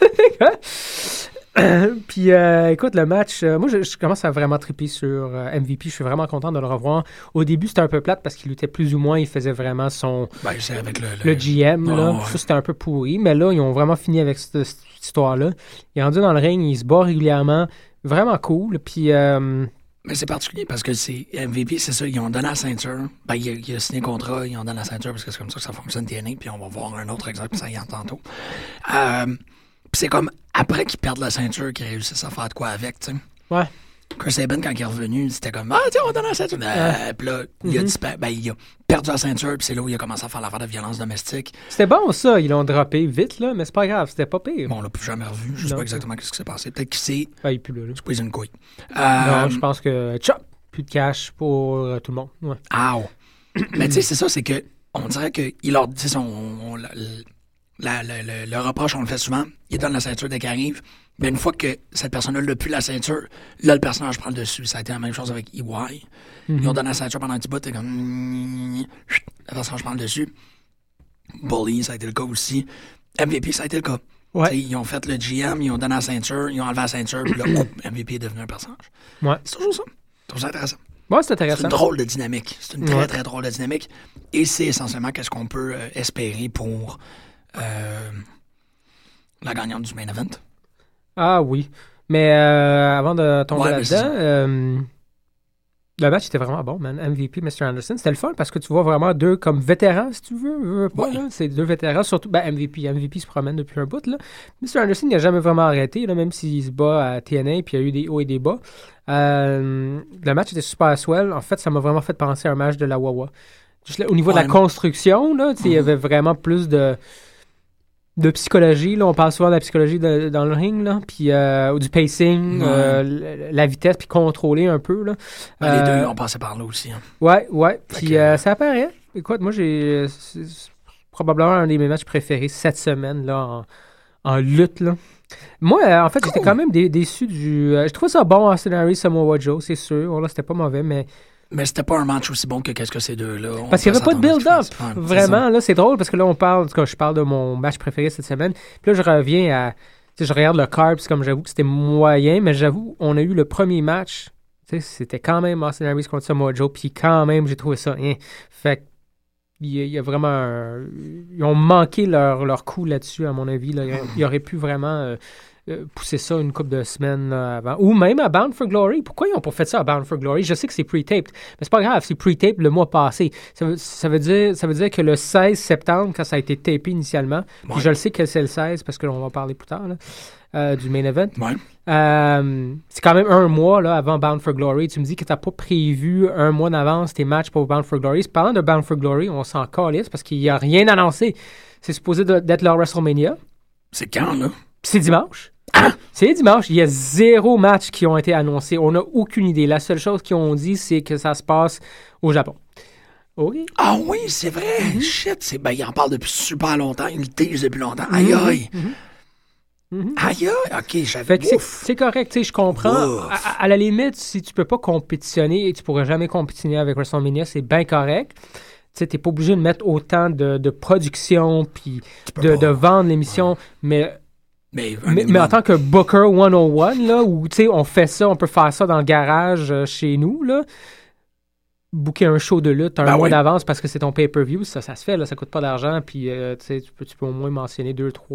Puis écoute, le match, moi je commence à vraiment triper sur MVP. Je suis vraiment content de le revoir. Au début, c'était un peu plate parce qu'il luttait plus ou moins. Il faisait vraiment son Ben, c'est avec le GM. Oh, là. ouais. Ça, c'était un peu pourri. Mais là, ils ont vraiment fini avec cette histoire-là. Il est rendu dans le ring, il se bat régulièrement. Vraiment cool. Puis Mais c'est particulier parce que c'est MVP, c'est ça, ils ont donné la ceinture. Ben, il a signé un contrat, ils ont donné la ceinture parce que c'est comme ça que ça fonctionne TNA, puis on va voir un autre exemple, ça y est tantôt. Puis c'est comme après qu'ils perdent la ceinture qu'ils réussissent à faire de quoi avec, tu sais. ouais. Chris Sabin, quand il est revenu, c'était comme tiens, on va donner la ceinture. Puis là, il a perdu la ceinture, puis c'est là où il a commencé à faire l'affaire de violence domestique. C'était bon ça, ils l'ont droppé vite, là, mais c'est pas grave, c'était pas pire. Bon, on l'a plus jamais revu, je sais Non. pas exactement ce qui s'est passé. Peut-être qu'il s'est Ben, il est plus là. squeeze une couille. Non, je pense que chop, plus de cash pour tout le monde. Ouais. Mais tu sais, c'est ça, c'est que on dirait qu'il leur dit le reproche, on le fait souvent, il donne la ceinture dès qu'il arrive, mais une fois que cette personne-là n'a plus la ceinture, là, le personnage prend le dessus. Ça a été la même chose avec EY. Ils ont donné la ceinture pendant un petit bout, t'es comme... Le personnage prend le dessus. Bully, ça a été le cas aussi. MVP, ça a été le cas. Ouais. T'sais, ils ont fait le GM, ils ont donné la ceinture, ils ont enlevé la ceinture, puis là, MVP est devenu un personnage. Ouais. C'est toujours ça. C'est toujours intéressant. Ouais, c'est C'est intéressant. une drôle de dynamique. C'est une très, Ouais. très drôle de dynamique. Et c'est essentiellement qu'est-ce qu'on peut espérer pour la gagnante du main event. Ah oui. Mais avant de tomber Ouais, mais c'est là-dedans, le match était vraiment bon, man. MVP, Mr. Anderson. C'était le fun parce que tu vois vraiment deux comme vétérans, si tu veux pas, Ouais. là. C'est deux vétérans, surtout MVP. MVP se promène depuis un bout, là. Mr. Anderson, il n'a jamais vraiment arrêté, là, même s'il se bat à TNA, puis il y a eu des hauts et des bas. Le match était super swell. En fait, ça m'a vraiment fait penser à un match de la Wawa. Juste là, au niveau de la Ouais. construction, là, tu sais, il y avait vraiment plus de psychologie, là, on parle souvent de la psychologie dans le ring, là, puis ou du pacing, Ouais. la vitesse, puis contrôler un peu, là. Les deux ont passé par là aussi. Hein. Ouais, Fait puis que- ça apparaît. Écoute, moi, c'est probablement un de mes matchs préférés cette semaine, là, en lutte, là. Moi, en fait, j'étais quand même déçu du... je trouvais ça bon, Austin Aries, Samoa Joe, c'est sûr. Bon, là, c'était pas mauvais, mais... Mais c'était pas un match aussi bon que qu'est-ce que ces deux-là. Parce qu'il n'y avait pas de build-up. Ouais, vraiment, là, c'est drôle parce que là, on parle... En tout cas, je parle de mon match préféré cette semaine. Puis là, je reviens à... Tu sais, je regarde le card, puis comme j'avoue que c'était moyen, mais j'avoue, on a eu le premier match. Tu sais, c'était quand même Austin Aries contre Samoa Joe, puis quand même, j'ai trouvé ça. Fait que il y a vraiment... Ils ont manqué leur coup là-dessus, à mon avis. Là. Ils auraient pu vraiment pousser ça une couple de semaines avant. Ou même à Bound for Glory. Pourquoi ils n'ont pas fait ça à Bound for Glory? Je sais que c'est pre-taped, mais c'est pas grave, c'est pre-taped le mois passé. Ça veut dire que le 16 septembre, quand ça a été tapé initialement, puis je le sais que c'est le 16 parce que on va parler plus tard, là, du main event. Ouais. C'est quand même un mois là, avant Bound for Glory. Tu me dis que tu n'as pas prévu un mois d'avance tes matchs pour Bound for Glory. Parlant de Bound for Glory, on s'en calisse parce qu'il n'y a rien annoncé. C'est supposé d'être leur WrestleMania. C'est quand, là? C'est dimanche. C'est dimanche. Il y a 0 match qui ont été annoncés. On n'a aucune idée. La seule chose qu'ils ont dit, c'est que ça se passe au Japon. OK. Ah oui, c'est vrai. Shit. Ben, ils en parlent depuis super longtemps. Ils le disent depuis longtemps. Aïe, aïe. Aïe, OK, j'avais... C'est correct, tu sais, je comprends. À la limite, si tu peux pas compétitionner et tu pourras jamais compétitionner avec WrestleMania, c'est bien correct. Tu sais, t'es pas obligé de mettre autant de production puis de vendre l'émission, mais en tant que Booker 101, là, où, tu sais, on fait ça, on peut faire ça dans le garage chez nous, là, booker un show de lutte un mois d'avance parce que c'est ton pay-per-view, ça se fait, là, ça coûte pas d'argent, puis tu peux au moins mentionner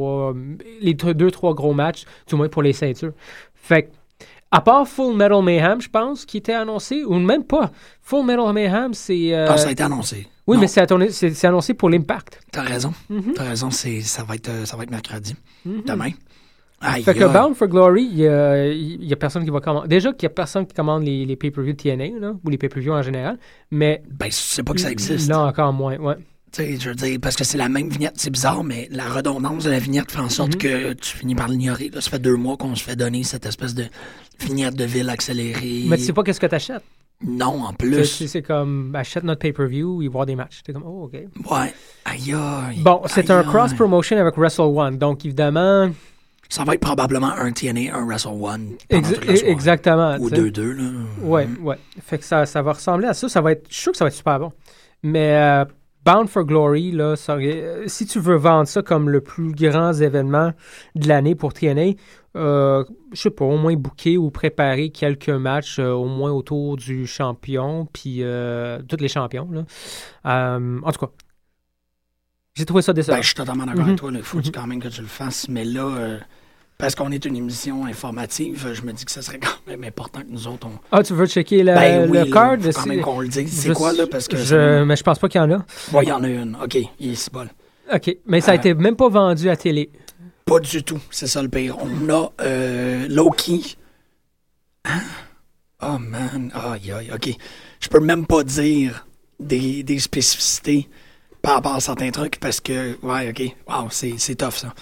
2-3 gros matchs, du moins pour les ceintures. Fait que, à part Full Metal Mayhem, je pense, qui était annoncé, ou même pas. Full Metal Mayhem, c'est... ça a été annoncé. Oui, non. Mais c'est annoncé pour l'Impact. T'as raison. T'as raison, ça va être mercredi, demain. Aïe, fait que Bound for Glory, il y a personne qui va commander. Déjà qu'il y a personne qui commande les pay-per-views de TNA, là, ou les pay-per-views en général, mais... Ben, c'est pas que ça existe. Là, encore moins, ouais. Tu sais, je veux dire, parce que c'est la même vignette, c'est bizarre, mais la redondance de la vignette fait en sorte que tu finis par l'ignorer. Là, ça fait 2 mois qu'on se fait donner cette espèce de vignette de ville accélérée. Mais tu sais pas qu'est-ce que t'achètes. Non, en plus. C'est comme, achète notre pay-per-view et voir des matchs. T'es comme, oh, OK. Ouais. Aïe, aïe. Bon, c'est un cross-promotion avec Wrestle One, donc évidemment... Ça va être probablement un TNA, un Wrestle One. Exactement. Ou 2-2, là. Ouais. Fait que ça va ressembler à ça. Je suis sûr que ça va être super bon. Mais Bound for Glory, là, si tu veux vendre ça comme le plus grand événement de l'année pour TNA, je sais pas, au moins booker ou préparer quelques matchs au moins autour du champion, puis tous les champions, là. En tout cas, j'ai trouvé ça décevant. Ben, je suis totalement d'accord avec toi. Il faut quand même que tu le fasses. Mais là, parce qu'on est une émission informative, je me dis que ce serait quand même important que nous autres, tu veux checker le card? Il faut quand même qu'on le dise. C'est quoi, là? Parce que mais je pense pas qu'il y en a. Oui, il y en a une. OK, il est si bol. OK, mais ça a été même pas vendu à télé. Pas du tout. C'est ça le pire. On a Loki. Hein? Oh, man. Aïe, aïe. OK. Je peux même pas dire des spécificités par rapport à certains trucs parce que, ouais, OK, wow, c'est tough, ça.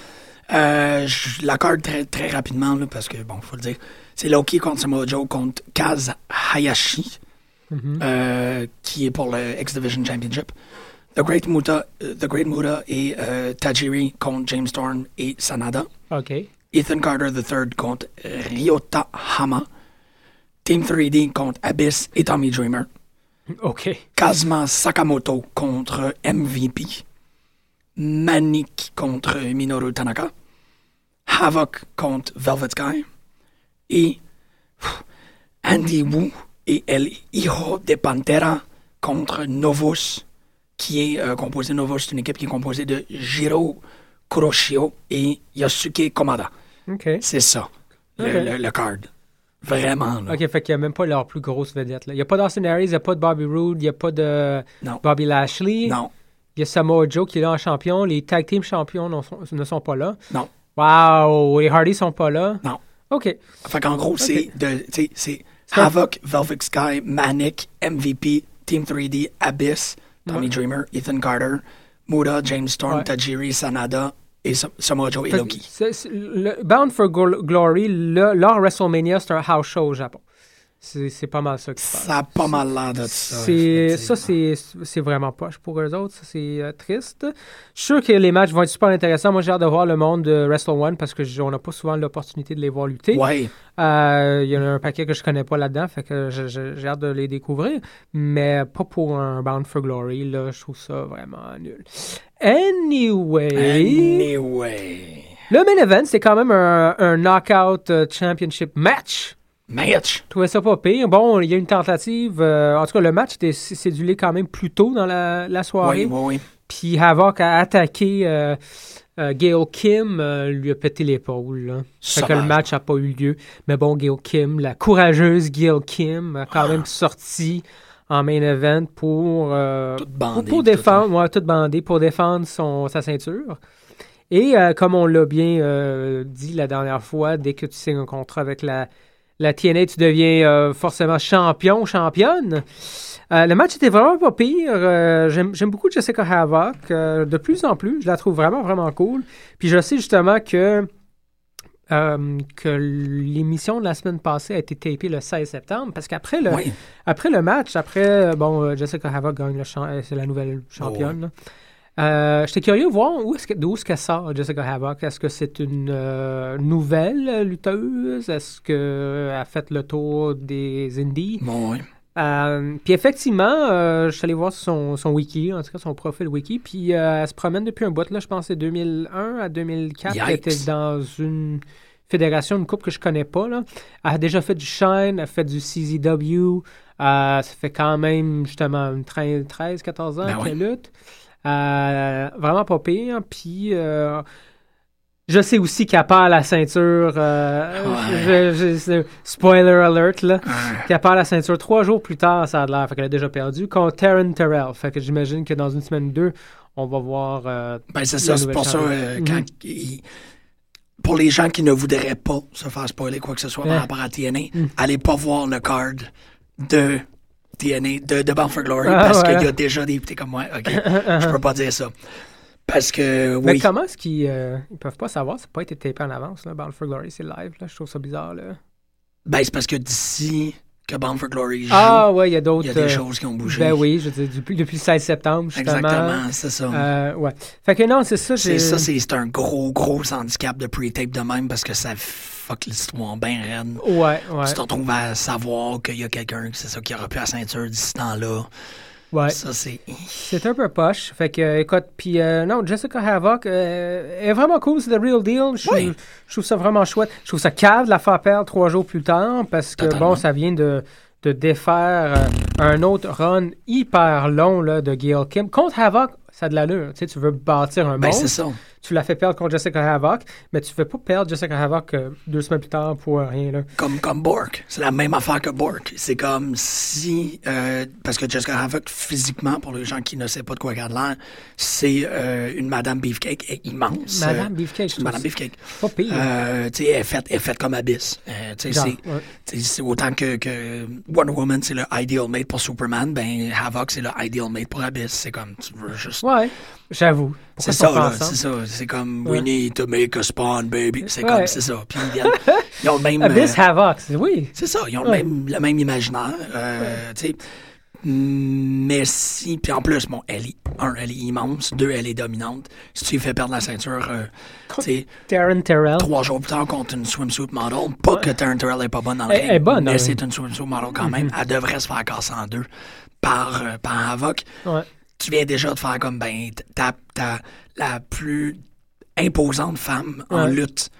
Je l'accorde très, très rapidement, là, parce que, bon, faut le dire, c'est Loki contre Samoa Joe contre Kaz Hayashi, qui est pour le X-Division Championship. The Great Muta et Tajiri contre James Storm et Sanada. OK. Ethan Carter III contre Ryota Hama. Team 3D contre Abyss et Tommy Dreamer. OK. Kazuma Sakamoto contre MVP. Manik contre Minoru Tanaka. Havoc contre Velvet Sky. Et Andy Wu et El Hijo de Pantera contre Novus, qui est composé, Novus, c'est une équipe qui est composée de Jiro Kuroshio et Yosuke Komada. OK. C'est ça, le card. Vraiment, là. OK, fait qu'il n'y a même pas leur plus grosse vedette. Là. Il n'y a pas d'Austin Aries, il n'y a pas de Bobby Roode, il n'y a pas de Bobby Lashley. Non. Il y a Samoa Joe qui est là en champion. Les tag team champions ne sont pas là. Non. Wow, les Hardy sont pas là. Non. OK. Fait qu'en gros, c'est Havoc, Velvet Sky, Manic, MVP, Team 3D, Abyss, Tommy Dreamer, Ethan Carter, Muda, James Storm, Tajiri, Sanada et Samoa Joe et Loki. Bound for Glory, leur WrestleMania, c'est un house show au Japon. C'est pas mal ça qui se passe. Ça a pas mal l'air de ça. C'est vraiment poche pour eux autres. Ça, c'est triste. Je suis sûr que les matchs vont être super intéressants. Moi, j'ai hâte de voir le monde de Wrestle One parce qu'on n'a pas souvent l'opportunité de les voir lutter. Ouais. Il y en a un paquet que je connais pas là-dedans, fait que j'ai hâte de les découvrir. Mais pas pour un Bound for Glory. Là, je trouve ça vraiment nul. Anyway. Le main event, c'est quand même un Knockout Championship match. Je trouvais ça pas pire. Bon, il y a une tentative. En tout cas, le match était cédulé quand même plus tôt dans la soirée. Oui. Puis Havoc a attaqué Gail Kim, lui a pété l'épaule. Là. Fait que le match n'a pas eu lieu. Mais bon, Gail Kim, la courageuse Gail Kim, a quand même sorti en main event pour défendre, toute bandée, pour défendre sa ceinture. Et comme on l'a bien dit la dernière fois, dès que tu signes un contrat avec la TNA, tu deviens forcément championne. Le match était vraiment pas pire. J'aime beaucoup Jessica Havoc. De plus en plus, je la trouve vraiment, vraiment cool. Puis je sais justement que l'émission de la semaine passée a été tapée le 16 septembre, parce qu'après le match, Jessica Havoc gagne c'est la nouvelle championne. Là. J'étais curieux de voir d'où est-ce qu'elle sort, Jessica Havoc. Est-ce que c'est une nouvelle lutteuse? Est-ce qu'elle a fait le tour des indies? Oui. Puis effectivement, je suis allé voir son wiki, en tout cas son profil wiki, puis elle se promène depuis un bout, là, je pense que c'est 2001 à 2004. Elle était dans une fédération, une coupe que je connais pas. Là. Elle a déjà fait du Shine, elle a fait du CZW. Ça fait quand même justement 13-14 ans qu'elle lutte. Vraiment pas pire. Puis je sais aussi qu'elle perd la ceinture. Spoiler alert, là. Qu'elle perd la ceinture 3 jours plus tard, ça a l'air. Fait qu'elle a déjà perdu contre Taryn Terrell. Fait que j'imagine que dans une semaine ou deux, on va voir. C'est ça, c'est pour ça. Pour les gens qui ne voudraient pas se faire spoiler quoi que ce soit par rapport à TNA, allez pas voir le card de TNA, de Bound for Glory, parce qu'il y a déjà des petits comme moi. OK, je peux pas dire ça. Parce que, oui. Mais comment est-ce qu'ils ils peuvent pas savoir? Ça n'a pas été tapé en avance, là. Bound for Glory, c'est live, là. Je trouve ça bizarre, là. Ben, c'est parce que d'ici que Bound for Glory joue, il y a d'autres... Il y a des choses qui ont bougé. Ben oui, je veux dire, depuis le 16 septembre, justement. Exactement, c'est ça. Ouais. Fait que non, c'est ça. C'est un gros handicap de pre-tape de même, parce que ça fuck l'histoire bien raide. Ouais. Tu te retrouves à savoir qu'il y a quelqu'un, c'est ça, qui aura plus la ceinture d'ici temps-là. Ouais. Ça, c'est un peu poche. Fait que, écoute, puis non, Jessica Havoc est vraiment cool, c'est the real deal. Je trouve ça vraiment chouette. Je trouve ça cave de la faire perdre 3 jours plus tard, parce que, bon, ça vient de défaire un autre run hyper long là, de Gail Kim. Contre Havoc, ça a de l'allure. Tu sais, tu veux bâtir un monstre. C'est ça. Tu l'as fait perdre contre Jessica Havoc, mais tu ne fais pas perdre Jessica Havoc 2 semaines plus tard pour rien. Là. Comme Bork. C'est la même affaire que Bork. C'est comme si... parce que Jessica Havoc, physiquement, pour les gens qui ne savent pas de quoi regarde l'air, c'est une Madame Beefcake immense. Madame Beefcake. Madame Beefcake. Pas pire. Elle est faite comme Abyss. C'est autant que Wonder Woman, c'est le ideal mate pour Superman, ben Havoc, c'est le ideal mate pour Abyss. C'est comme, tu veux juste... Ouais, j'avoue. C'est ça, là. C'est ça. C'est comme, we need to make a spawn, baby. C'est comme, c'est ça. Puis ils ont le même... Abyss, Havoc, oui. C'est ça. Ils ont le même imaginaire. Tu sais... Mais si, puis en plus, bon, elle est immense, 2, elle est dominante. Si tu lui fais perdre la ceinture, Taryn Terrell. 3 jours plus tard contre une swimsuit model, pas que Taryn Terrell est pas bonne dans le ring, elle est bonne, mais c'est une swimsuit model quand même. Elle devrait se faire casser en 2 par Havoc. Ouais. Tu viens déjà de faire comme, ben, t'as la plus imposante femme en lutte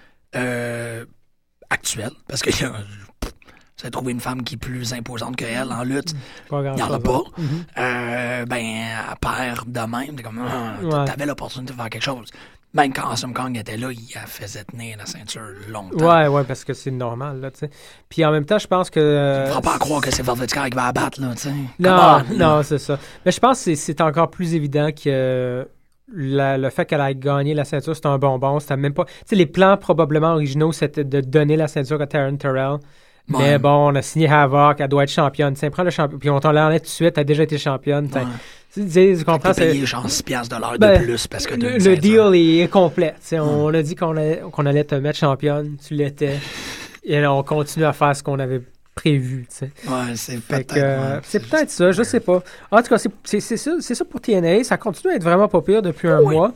actuelle, parce que vous avez trouvé une femme qui est plus imposante qu'elle en lutte. Il n'y en a pas. Ben, elle perd de même. T'es comme, t'avais l'opportunité de faire quelque chose. Même quand Awesome Kong était là, il a faisait tenir la ceinture longtemps. Ouais, parce que c'est normal, là, tu sais. Puis en même temps, je pense que... Tu ne feras pas croire que c'est Velvet Sky qui va abattre, là, tu sais. Non, c'est ça. Mais je pense que c'est encore plus évident que... le fait qu'elle ait gagné la ceinture, c'était un bonbon. C'était même pas... Tu sais, les plans probablement originaux, c'était de donner la ceinture à Taryn Terrell. Mais bon, on a signé Havoc, elle doit être championne. T'sais, prends le champion, puis on t'en l'enlève tout de suite, elle a déjà été championne. Tu comprends? Tu payé genre $6 de plus parce que le deal est complet. On a dit qu'on allait te mettre championne, tu l'étais. Et là, on continue à faire ce qu'on avait prévu, tu sais. Ouais, c'est Fait peut-être... que, c'est peut-être ça, je sais pas. En tout cas, c'est ça pour TNA. Ça continue à être vraiment pas pire depuis un mois.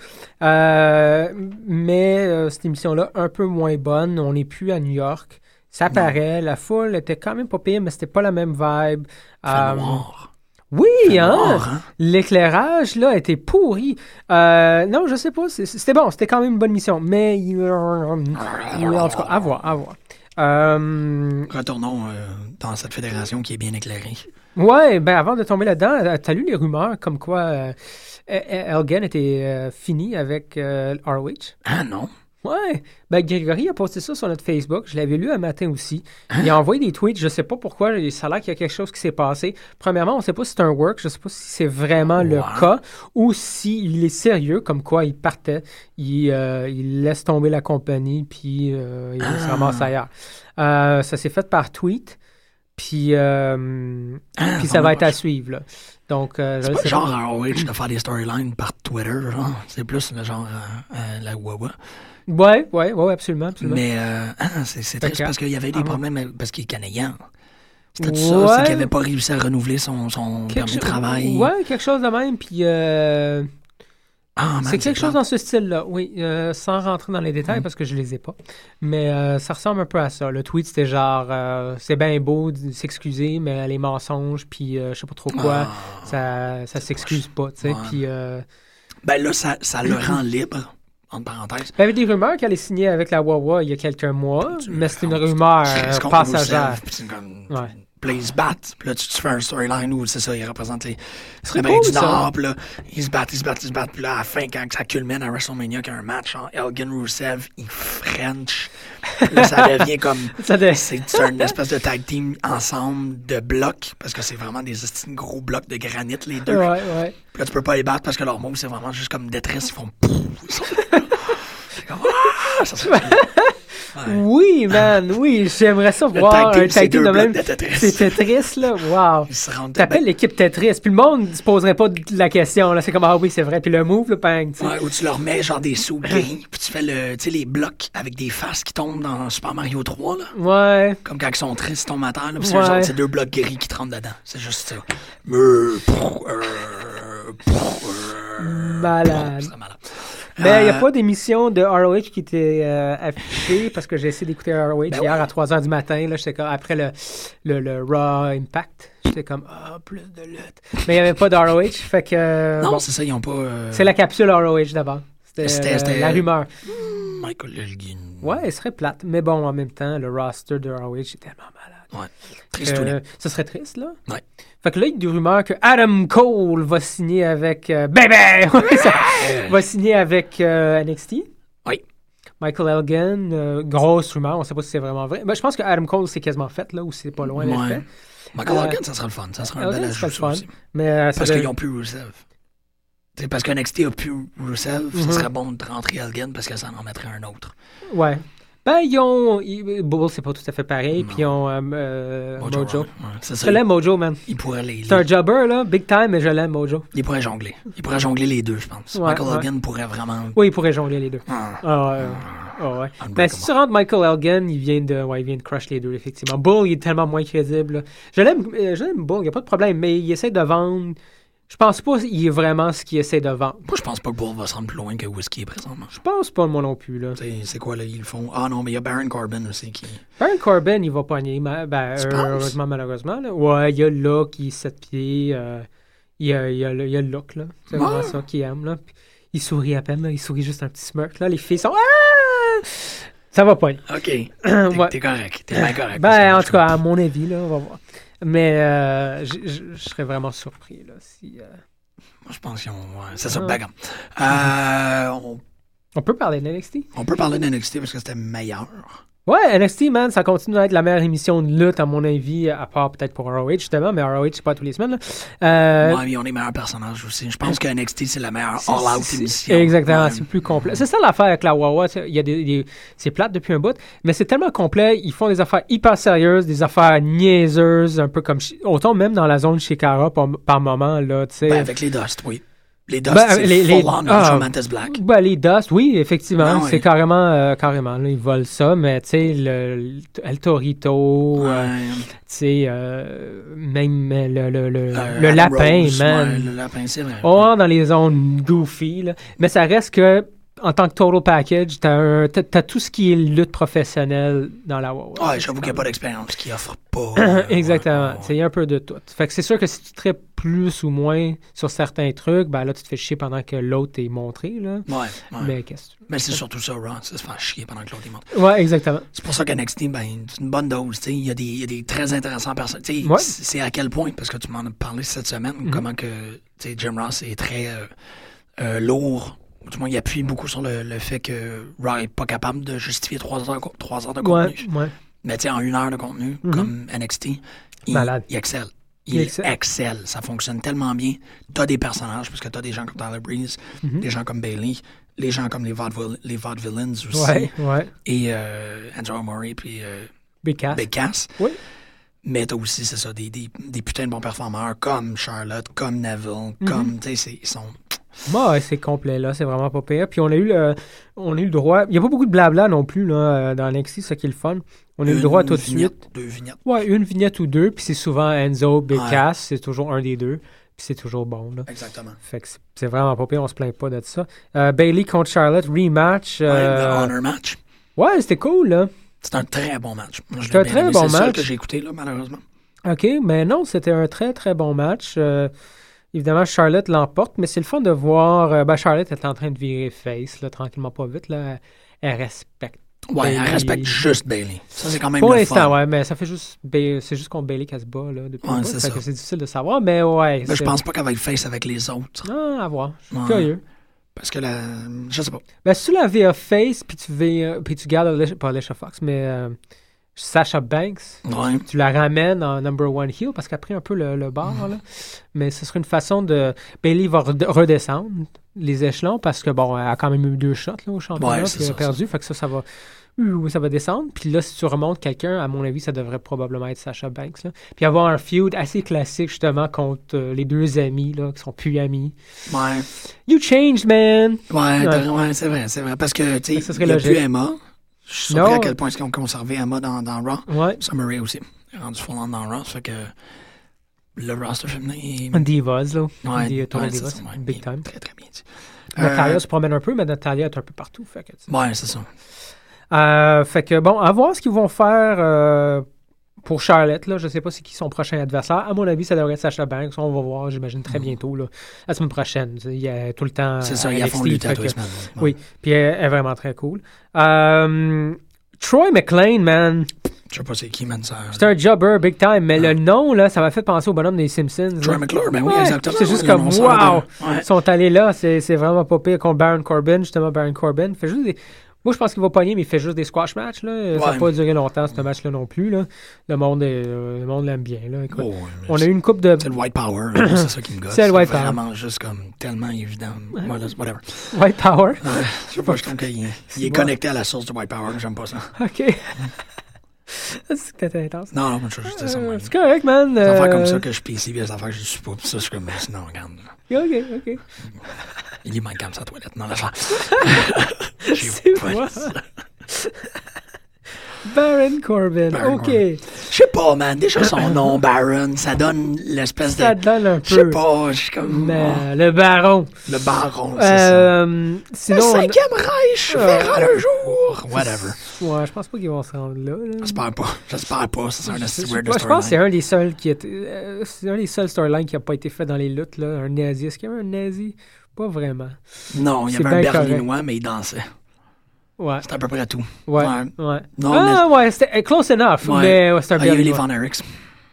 Mais cette émission-là, un peu moins bonne. On n'est plus à New York. Ça paraît. La foule était quand même pas pire, mais c'était pas la même vibe. noir. Oui, noir, hein? L'éclairage, là, était pourri. Non, je sais pas. C'était bon. C'était quand même une bonne mission. Mais, en tout cas, à voir. Retournons dans cette fédération qui est bien éclairée. Ouais, ben avant de tomber là-dedans, t'as lu les rumeurs comme quoi Elgin était fini avec ROH? Ah non? Ouais, ben Grégory a posté ça sur notre Facebook, je l'avais lu un matin aussi. Il a envoyé des tweets, je sais pas pourquoi, ça a l'air qu'il y a quelque chose qui s'est passé. Premièrement, on sait pas si c'est un work, je sais pas si c'est vraiment le cas ou s'il est sérieux, comme quoi il partait, il laisse tomber la compagnie puis il se ramasse ailleurs. Ça s'est fait par tweet. Puis ça va être à suivre, là. Donc, c'est pas genre à ROH de faire des storylines par Twitter, genre. C'est plus le genre la Wawa. Ouais, absolument. Mais c'est triste parce qu'il y avait des problèmes parce qu'il est canadien. C'était ça, Ouais. c'est qu'il n'avait pas réussi à renouveler son permis de travail. Ouais, quelque chose de même. Puis c'est quelque chose dans ce style-là, oui. Sans rentrer dans les détails parce que je les ai pas. Mais ça ressemble un peu à ça. Le tweet, c'était genre, c'est bien beau de s'excuser, mais les mensonges, puis je sais pas trop quoi, ça s'excuse pas, tu sais. Ouais. Puis... Ben là, ça le rend libre, entre parenthèses. Il y avait des rumeurs qu'elle allait signer avec la Wawa il y a quelques mois, mais c'était une rumeur passagère. C'est comme... Ouais. Puis là, ils se battent. Puis là, tu fais un storyline où, c'est ça, ils représentent les C'est rebelles cool, du Nord. ça. Puis là, ils se battent. Puis là, à la fin, quand ça culmine à WrestleMania, qu'il y a un match, genre, Elgin Rusev, il French. Puis là, ça devient comme... C'est une espèce de tag team ensemble de blocs, parce que c'est vraiment des gros blocs de granit, les deux. Ouais. Puis là, tu peux pas les battre parce que leur move, c'est vraiment juste comme détresse. Ils font... C'est comme... Ça serait... Ouais. Oui, man, oui, j'aimerais ça Le voir tag team, un tag team c'est de deux même. blocs de Tetris. C'est Tetris, là, wow. Ils se rendent... T'appelles l'équipe Tetris, puis le monde ne se poserait pas la question, là, c'est comme, ah oui, c'est vrai, puis le move, le bang, tu sais. Ouais, où tu leur mets genre des sous gris, puis tu fais les blocs avec des faces qui tombent dans Super Mario 3, là. Ouais. Comme quand ils sont tristes, ils tombent à terre, là, puis Ouais. c'est deux blocs gris qui te rentrent dedans. C'est juste ça. Malade. C'est très malade. Mais il n'y a pas d'émission de ROH qui était affichée parce que j'ai essayé d'écouter ROH hier à 3h du matin. Là, j'étais comme, après le Raw Impact, j'étais comme, plus de lutte. Mais il n'y avait pas de ROH, fait que... Non, bon, c'est ça, ils n'ont pas... c'est la capsule ROH d'abord. C'était la rumeur. Michael Elgin. Ouais, elle serait plate. Mais bon, en même temps, le roster de ROH est tellement malade. Ouais. Triste tout ça serait triste, là. Ouais. Fait que là, il y a des rumeurs que Adam Cole va signer avec... va signer avec NXT. Oui. Michael Elgin, grosse rumeur. On ne sait pas si c'est vraiment vrai. Ben, je pense que Adam Cole, c'est quasiment fait, là, ou c'est pas loin d'être fait. Michael Elgin, ça sera le fun. Ça sera un bel ajout, ça aussi. Mais, parce qu'ils n'ont plus Rusev. C'est parce que NXT a plus Rusev, ça serait bon de rentrer Elgin parce que ça en mettrait un autre. Ouais. Ben, ils ont... Bull, c'est pas tout à fait pareil. Puis ils ont Mojo. Ouais. Je l'aime, Mojo, man. Il pourrait c'est un jobber, là, big time, mais je l'aime, Mojo. Il pourrait jongler. Il pourrait jongler les deux, je pense. Ouais, Michael Elgin pourrait vraiment... Oui, il pourrait jongler les deux. Ouais. Ben, si tu rentres Michael Elgin, il vient de crush les deux, effectivement. Bull, il est tellement moins crédible. Là. Je l'aime, Bull, il n'y a pas de problème, mais il essaie de vendre... Je pense pas qu'il est vraiment ce qu'il essaie de vendre. Moi, je pense pas que Bull va se rendre plus loin que Whiskey est présentement. Je pense pas, moi non plus, là. C'est quoi, là, ils le font? Ah non, mais il y a Baron Corbin aussi qui... Baron Corbin, il va pogner, heureusement, malheureusement, là. Ouais, il y a le look, il est 7 pieds, il y a le look, là. C'est vraiment ça qu'il aime, là. Puis, il sourit à peine, là. Il sourit juste un petit smirk, là. Les filles sont... Ah! Ça va pogner. OK. Ouais. T'es correct. T'es bien correct. Ben, en tout cas, à mon avis, là, on va voir. Mais je serais vraiment surpris, là, si... Moi, je pense qu'ils ont... Ouais, c'est ça, bagarre. On peut parler de NXT? On peut parler de NXT parce que c'était meilleur. Ouais, NXT, man, ça continue à être la meilleure émission de lutte, à mon avis, à part peut-être pour ROH, justement, mais ROH, c'est pas tous les semaines, là. Ouais, mais on est meilleurs personnages aussi. Je pense que NXT, c'est la meilleure all-out émission. Exactement, ouais. c'est plus complet. C'est ça l'affaire avec la Wawa, il y a c'est plate depuis un bout, mais c'est tellement complet, ils font des affaires hyper sérieuses, des affaires niaiseuses, un peu comme... On tombe même dans la zone chez Cara par moment, là, tu sais. Ben, avec les Dust, oui. Les Dust, c'est full-on Mantis Black. Les Dust, oui, effectivement. Ben, c'est carrément, là, ils volent ça, mais tu sais, El Torito, tu sais, même le lapin, Rose, man. le lapin, c'est vrai. Oh, dans les zones goofy, là. Mais ça reste que, en tant que total package, t'as tout ce qui est lutte professionnelle dans la WoW. Ouais, j'avoue qu'il n'y a pas d'expérience qui offre pas. Exactement. Il y a un peu de tout. Fait que c'est sûr que si tu traites plus ou moins sur certains trucs, ben là, tu te fais chier pendant que l'autre est montré, là. Ouais. Mais qu'est-ce que tu... Mais c'est surtout ça, Raw, c'est se faire chier pendant que l'autre est montré. Ouais, exactement. C'est pour ça qu'NXT, c'est une bonne dose, tu sais. Il y a des très intéressants personnes. Tu sais, c'est à quel point, parce que tu m'en as parlé cette semaine, comment que, tu sais, Jim Ross est très lourd. Du moins, il appuie beaucoup sur le fait que Raw n'est pas capable de justifier 3 heures de contenu. Ouais. Mais tu sais, en 1 heure de contenu, comme NXT, il excelle. Il excelle. Ça fonctionne tellement bien. T'as des personnages, parce que t'as des gens comme Tyler Breeze, des gens comme Bayley, les gens comme les Vaudevillains aussi. Ouais. Et Andrew Murray, puis Big Cass. Oui. Mais t'as aussi, c'est ça, des putains de bons performeurs comme Charlotte, comme Neville, comme, tu sais, ils sont... Ouais, c'est complet, là. C'est vraiment pas pire. Puis on a eu le droit... Il n'y a pas beaucoup de blabla non plus, là, dans NXT, c'est ça qui est le fun. On a eu le droit tout de suite. 2 vignettes. Ouais, une vignette ou 2, puis c'est souvent Enzo, Big Cass, c'est toujours un des deux, puis c'est toujours bon, là. Exactement. Fait que c'est vraiment pas pire, on se plaint pas de ça. Bayley contre Charlotte, rematch. Le Honor match. Ouais, c'était cool, là. C'est un très bon match. C'était un très bon match. C'est ça que j'ai écouté, là, malheureusement. OK, mais non, c'était un très, très bon match. Évidemment, Charlotte l'emporte, mais c'est le fun de voir... Charlotte est en train de virer face, là, tranquillement, pas vite. Là. Elle respecte. Ouais, Bayley. Elle respecte juste Bayley. Ça, c'est quand même pour le l'instant, fun. Ouais, mais ça fait juste... C'est juste contre Bayley qu'elle se bat, là, depuis c'est ça. Que c'est difficile de savoir, mais ouais. Mais je pense pas qu'elle va être face avec les autres. Non, à voir. Je suis curieux. Parce que je sais pas. Ben, si tu la VA face, puis tu gardes... Pas Alicia Fox, mais... Sasha Banks, tu la ramènes en number 1 heel parce qu'elle a pris un peu le bar, là. Mais ce serait une façon de... Bayley va redescendre les échelons parce que, bon, elle a quand même eu 2 shots là, au championnat, puis elle a perdu, fait que ça va descendre. Puis là, si tu remontes quelqu'un, à mon avis, ça devrait probablement être Sasha Banks, là. Puis avoir un feud assez classique, justement, contre les 2 amis, là, qui sont plus amis. Ouais. You changed, man! Ouais, c'est vrai. Parce que, tu sais, il n'y a plus Emma. Je suis surpris à quel point est-ce qu'ils ont conservé Emma dans Raw. Ouais. Summeray aussi. Elle est rendue full-on dans Raw. Ça fait que le roster féminin est... Divas, là. Ouais, Divas, big bien, time. très, très bien dit. Natalia se promène un peu, mais Natalia est un peu partout. Fait que, ouais, c'est ça. Fait que, bon, à voir ce qu'ils vont faire pour Charlotte. Là. Je ne sais pas c'est qui son prochain adversaire. À mon avis, ça devrait être Sasha Banks. On va voir, j'imagine, très bientôt. Là. La semaine prochaine. Il y a tout le temps. C'est ça, il y a fond lutte à 2 semaines. Oui, puis elle est vraiment très cool. Troy McClain, man. Je sais pas c'est qui, man. C'est un jobber, big time. Mais le nom, là, ça m'a fait penser au bonhomme des Simpsons. Troy McClure, ben oui, exactement. C'est juste comme, wow! Ils sont allés là. C'est vraiment pas pire contre Baron Corbin. Justement, Baron Corbin fait juste des... Moi, je pense qu'il va pogner, mais il fait juste des squash matchs. Là. Ça n'a pas duré longtemps, ce match-là non plus. Là. Le monde l'aime bien. Là. Écoute, on a eu une coupe de... C'est le white power, c'est ça qui me gosse. C'est le white power. C'est vraiment juste comme tellement évident. Whatever. White power? Je sais pas, je trouve qu'il est connecté à la source du white power. J'aime pas ça. OK. C'est peut-être intense. Non, je veux juste dire ça. C'est correct, man. Des affaires comme ça que je PC, des affaires que je suis pas. Puis ça, je suis comme, non, regarde. OK. Il est mal calme sa toilette. Non, l'affaire. C'est moi. Baron Corbin. OK. Je sais pas, man. Déjà, son nom, Baron, ça donne l'espèce de... Ça donne un peu. Je sais pas, je suis comme... Mais, le Baron. Le Baron, c'est ça. Sinon, le 5e Reich verra le jour. Whatever. Ouais, je pense pas qu'ils vont se rendre là. J'espère pas. C'est un weird je pense que c'est un des seuls qui était... c'est un des seuls storylines qui n'a pas été fait dans les luttes, là. Un nazi. Est-ce qu'il y avait un nazi? Pas vraiment. Non, il y avait un Berlinois, mais il dansait. Ouais. C'était à peu près tout. Ouais. Non, ouais, c'était close enough, mais c'était un il y a eu les Von Erichs.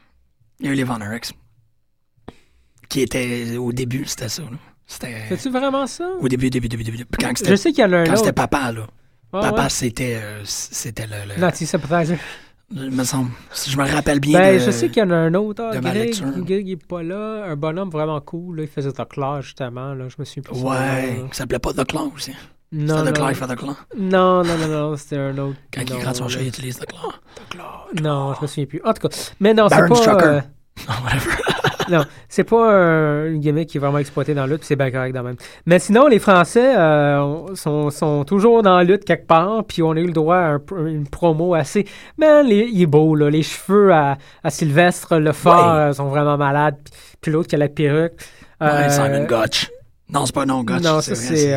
Qui était au début, c'était ça. C'est-tu vraiment ça? Au début. Quand je sais qu'il y en a un autre. Quand c'était papa, là. Papa, ouais. c'était le... Nazi sympathizer. Me semble. Si je me rappelle bien ben, je sais qu'il y en a un autre. Greg, il est pas là. Un bonhomme vraiment cool. Là, il faisait The Claw, justement. Là, je me suis plus. Ouais. Ça s'appelait pas The Claw aussi. Non. C'était The Claw, il fait The Claw. Non. C'était un autre. Quand il gratte son chat, il utilise The Claw. Non, je me souviens plus. En tout cas. Mais non, Baron c'est pas... Strucker. Whatever. Non, c'est pas un gimmick qui est vraiment exploité dans la lutte, puis c'est bien correct quand même. Mais sinon, les Français sont toujours dans la lutte quelque part, puis on a eu le droit à une promo assez... Man, il est beau, là. Les cheveux à Sylvestre Lefort sont vraiment malades, puis l'autre qui a la perruque. Simon Gotch. Non, c'est pas non Gotch. Non, ça c'est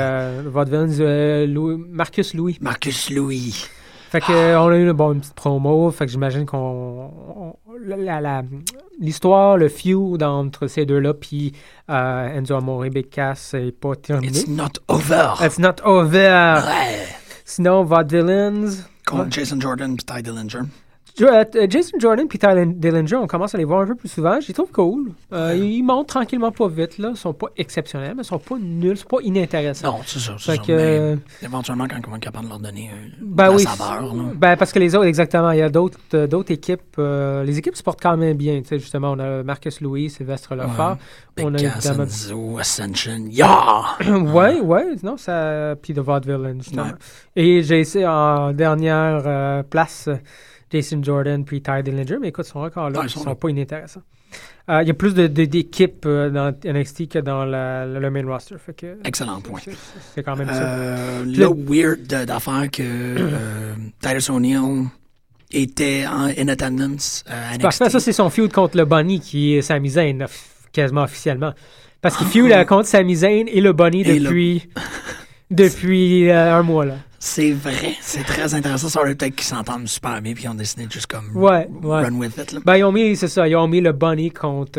Marcus Louis. Marcus Louis. Fait que on a eu une petite promo, fait que j'imagine l'histoire, le feud entre ces deux-là, puis Enzo Amore et Big Cass, c'est pas terminé. It's not over. It's not over. Ouais. Sinon, Vaudevillains. Contre Jason Jordan et Ty Dillinger. Jason Jordan et Ty Dillinger, on commence à les voir un peu plus souvent. Je les trouve cool. Ils montent tranquillement pas vite. Là. Ils sont pas exceptionnels, mais ils sont pas nuls. Ils sont pas inintéressants. Non, c'est ça. Mais éventuellement, quand on va être capable de leur donner saveur. Parce que les autres, exactement. Il y a d'autres équipes. Les équipes se portent quand même bien. Tu sais, justement, on a Marcus Louis, Sylvestre Lefort. Big Cass, Enzo, Ascension. Yeah! ouais. Non, ça... Puis de Vaudevillains, justement. Ouais. Et j'ai essayé en dernière place... Jason Jordan puis Ty Dillinger, mais écoute, ils sont encore là, ils sont pas inintéressants. Il y a plus d'équipes dans NXT que dans le main roster. Fait que, excellent point. C'est quand même ça. Le weird d'affaire que Titus O'Neil était in attendance à NXT. Parce que ça, c'est son feud contre le Bunny qui est Sami Zayn, quasiment officiellement. Parce qu'il feud contre Sami Zayn et le Bunny depuis un mois, là. C'est vrai, c'est très intéressant. Ça aurait peut-être qu'ils s'entendent super bien puis ils ont décidé de juste comme run with it. Là. Ben, ils ont mis le Bunny contre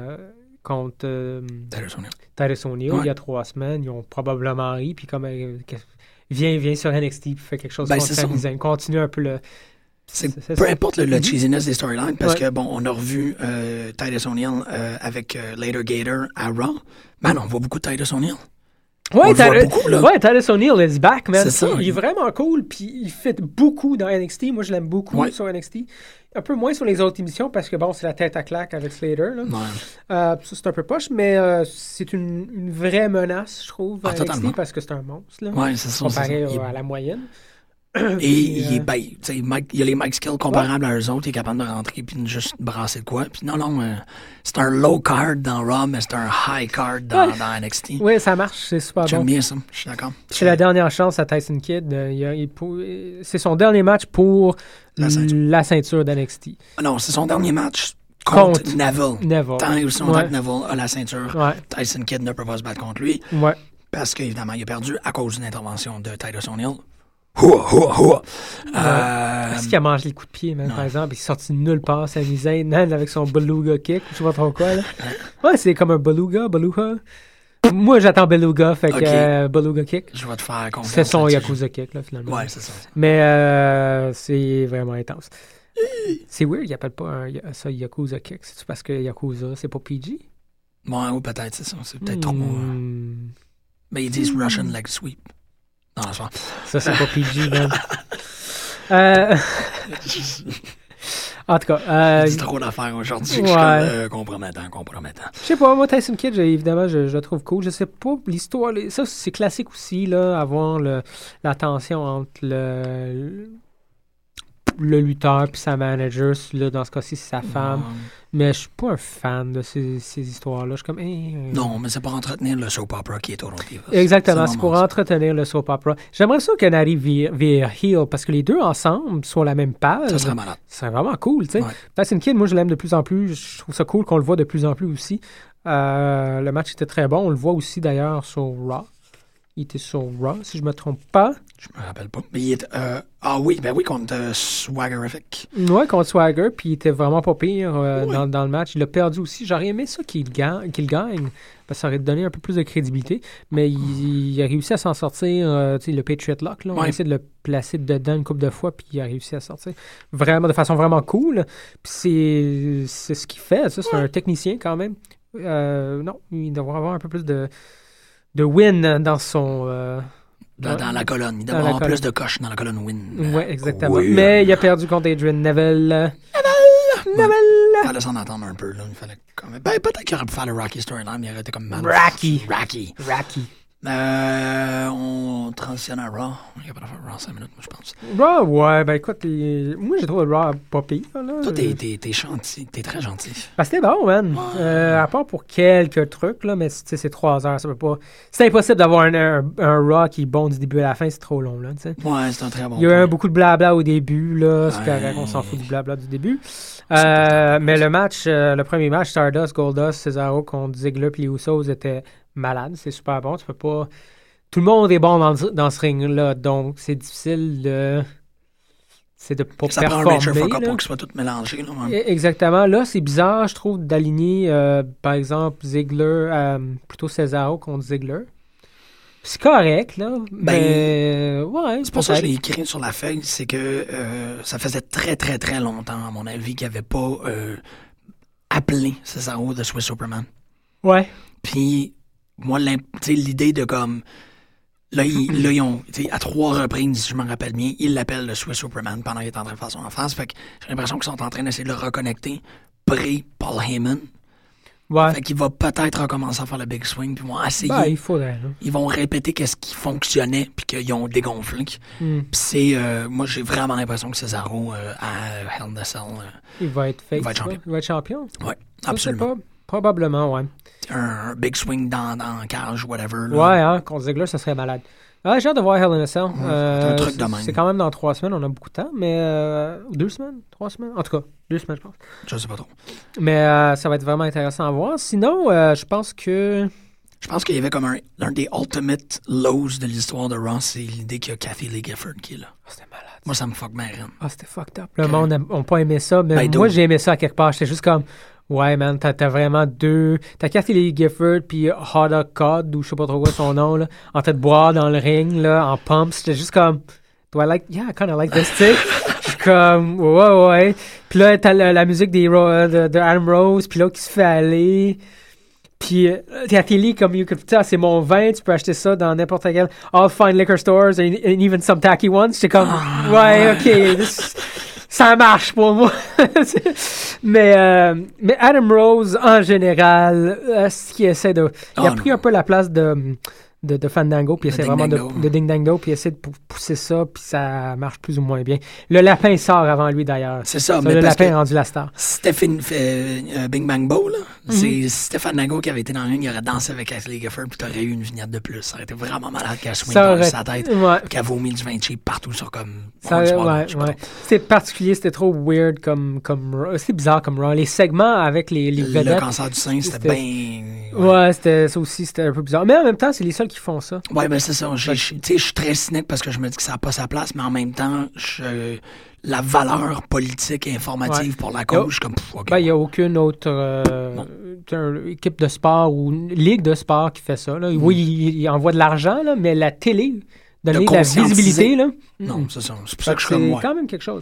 Titus O'Neil il y a 3 semaines. Ils ont probablement ri puis comme vient sur NXT puis fait quelque chose contre Sami Zayn. Continue un peu le... Peu importe le cheesiness des storylines, parce que, on a revu Titus O'Neil avec Later Gator à Raw. Man, on voit beaucoup de Titus O'Neil. Ouais, Titus O'Neil is back, man. C'est ça. Il est vraiment cool, puis il fit beaucoup dans NXT. Moi, je l'aime beaucoup sur NXT. Un peu moins sur les autres émissions, parce que, c'est la tête à claque avec Slater. Là. Ça, c'est un peu poche, mais c'est une vraie menace, je trouve, à NXT, totalement. Parce que c'est un monstre, là, c'est ça, comparé à la moyenne. Et il y a les mic skills comparables à eux autres. Il est capable de rentrer puis de juste brasser de quoi. Puis non, c'est un low card dans Raw, mais c'est un high card dans NXT. Oui, ça marche, c'est super bon. J'aime bien ça, je suis d'accord. C'est la dernière chance à Tyson Kidd. C'est son dernier match pour la ceinture d'NXT. Non, c'est son dernier match contre Neville. Tant et aussi longtemps que Neville a la ceinture, Tyson Kidd ne peut pas se battre contre lui. Ouais. Parce qu'évidemment, il a perdu à cause d'une intervention de Titus O'Neil. Est-ce qu'il a mangé les coups de pied, par exemple? Il est sorti de nulle part, Sami Zayn, avec son beluga kick, je sais pas trop quoi. Là. Ouais, c'est comme un beluga. Moi, j'attends beluga, fait que beluga kick. Je vais te faire confiance. C'est son Yakuza kick, là, finalement. Ouais, c'est ça. Mais c'est vraiment intense. C'est weird, il appelle pas ça Yakuza kick. C'est parce que Yakuza, c'est pas PG? Ouais, ou peut-être, c'est ça. C'est peut-être trop... Mais ils disent Russian leg sweep. Non, ça, c'est pas PG, man. En tout cas... il dit trop d'affaires aujourd'hui. Je suis compromettant. Je sais pas, moi, Tyson Kidd, évidemment, je le trouve cool. Je sais pas, l'histoire... Ça, c'est classique aussi, là, avoir la tension entre le lutteur puis sa manager. Là, dans ce cas-ci, c'est sa femme. Mais je suis pas un fan de ces histoires-là. Je suis comme... Non, mais c'est pour entretenir le soap opera qui est Total Divas. Exactement, c'est pour entretenir le soap opera. J'aimerais ça qu'elle arrive via heel, parce que les deux ensemble sont la même page. Ça serait malade. Ça serait vraiment cool, tu sais. Tyson Kidd, moi, je l'aime de plus en plus. Je trouve ça cool qu'on le voit de plus en plus aussi. Le match était très bon. On le voit aussi, d'ailleurs, sur Raw. Il était sur Raw, si je me trompe pas. Je me rappelle pas. Mais il était... contre Swaggerific. Ouais, contre Swagger, puis il était vraiment pas pire dans le match. Il a perdu aussi. J'aurais aimé ça qu'il gagne, parce que ça aurait donné un peu plus de crédibilité. Mais il a réussi à s'en sortir, le Patriot Lock. Là, on a essayé de le placer dedans une couple de fois, puis il a réussi à sortir vraiment, de façon vraiment cool. Puis c'est ce qu'il fait. Ça, c'est un technicien quand même. Non, il devrait avoir un peu plus de win dans son... dans la colonne. Il devrait avoir plus de coches dans la colonne win. Oui, exactement. Oui. Mais il a perdu contre Adrian Neville. Il fallait s'en entendre un peu. Là. Il fallait peut-être qu'il aurait pu faire le Rocky storyline, mais il aurait été comme mal. Rocky. On transitionne à Raw. Il n'y a pas d'affaire Raw 5 minutes, moi, je pense. Raw, ouais, ben écoute, moi j'ai trouvé Raw pas pire. Là. Toi, t'es gentil. T'es très gentil. Ben, c'était bon, man. À part pour quelques trucs, là, mais c'est 3 heures, ça peut pas... C'est impossible d'avoir un Raw qui est bon du début à la fin, c'est trop long, là, tu sais. Ouais, c'est un très bon Il y a eu beaucoup de blabla au début, là, c'est correct, on s'en fout du blabla du début. Mais le premier match, Stardust, Goldust, Cesaro contre Ziggler puis les Usos était malade, c'est super bon, tu peux pas... Tout le monde est bon dans ce ring-là, donc c'est difficile de... C'est de pas ça performer. Ça prend un Ranger Fuck-up pour qu'ils soient tous mélangés. Là, ouais. Exactement. Là, c'est bizarre, je trouve, d'aligner, par exemple, Ziggler, plutôt Cesaro contre Ziggler. C'est correct, là. Mais, ouais. C'est pour ça que je l'ai écrit sur la feuille, c'est que ça faisait très, très, très longtemps, à mon avis, qu'il n'avait pas appelé Cesaro de Swiss Superman. Ouais. Puis, moi, l'idée de comme... Là, ils ont, à 3 reprises, si je me rappelle bien, ils l'appellent le Swiss Superman pendant qu'il est en train de faire son enfance. Fait que j'ai l'impression qu'ils sont en train d'essayer de le reconnecter pré-Paul Heyman. Ouais. Fait qu'il va peut-être recommencer à faire le Big Swing, puis ils vont essayer. Ben, il faudrait, là. Ils vont répéter qu'est-ce qui fonctionnait, puis qu'ils ont dégonflé. Puis c'est, moi, j'ai vraiment l'impression que Cesaro, à Hell in a Cell, il va être fake. Il va être champion. Il va être champion? Oui, absolument. Probablement, ouais. Un big swing dans cage, whatever. Là. Ouais, hein, contre Ziggler, ça serait malade. J'ai hâte de voir Hell in a Cell. C'est un truc de même. C'est quand même dans 3 semaines, on a beaucoup de temps, mais 2 semaines, 3 semaines, en tout cas, 2 semaines, je pense. Je sais pas trop. Mais ça va être vraiment intéressant à voir. Sinon, je pense que... Je pense qu'il y avait comme un des ultimate lows de l'histoire de Raw, c'est l'idée qu'il y a Kathy Lee Gifford qui est là. C'était malade. Moi, ça me fuck ma reine. C'était fucked up. Le monde n'a pas aimé ça, mais Ben, moi, j'ai aimé ça à quelque part. J'étais juste comme... Ouais, man, t'as vraiment deux... T'as Kathy Lee Gifford puis Hoda Cod, ou je sais pas trop quoi son nom, là, en train de boire dans le ring, là, en pumps. J'étais juste comme... Do I like... Yeah, I kind of like this thing. Je suis comme... Ouais. Puis là, t'as la musique de Adam Rose, puis là, qui se fait aller... Puis Kathy Lee, comme c'est mon vin, tu peux acheter ça dans n'importe quel all fine liquor stores and even some tacky ones. J'étais comme... Ouais, OK, ça marche pour moi. mais Adam Rose, en général, ce qui essaie de... Il a pris un peu la place de Fandango, puis essaie vraiment de Ding Dango, puis essaie de pousser ça, puis ça marche plus ou moins bien. Le lapin sort avant lui, d'ailleurs. C'est ça, mais le lapin est rendu la star. Stéphane Bing Bang Bo, là, c'est Stéphane Dango qui avait été dans le ring, il aurait dansé avec Kathy Lee Gifford, puis t'aurais eu une vignette de plus. Ça aurait été vraiment malade qu'elle swing dans sa tête, qu'elle vomi du vin cheap partout sur comme... Ouais. C'est particulier, c'était trop weird comme c'est bizarre comme Raw. Les segments avec les vedettes... Le cancer du sein, c'était bien... Ouais, ça aussi, c'était un peu bizarre. Mais en même temps, c'est les seuls qui font ça. Ouais, ben c'est ça. Je suis très cynique parce que je me dis que ça n'a pas sa place, mais en même temps, la valeur politique et informative pour la cause, je suis comme... Okay. Ben, il n'y a aucune autre équipe de sport ou ligue de sport qui fait ça. Là. Oui, il envoie de l'argent, là, mais la télé, donner de la visibilité... Là, non, c'est ça. C'est pour ça que je suis comme moi. C'est quand même quelque chose.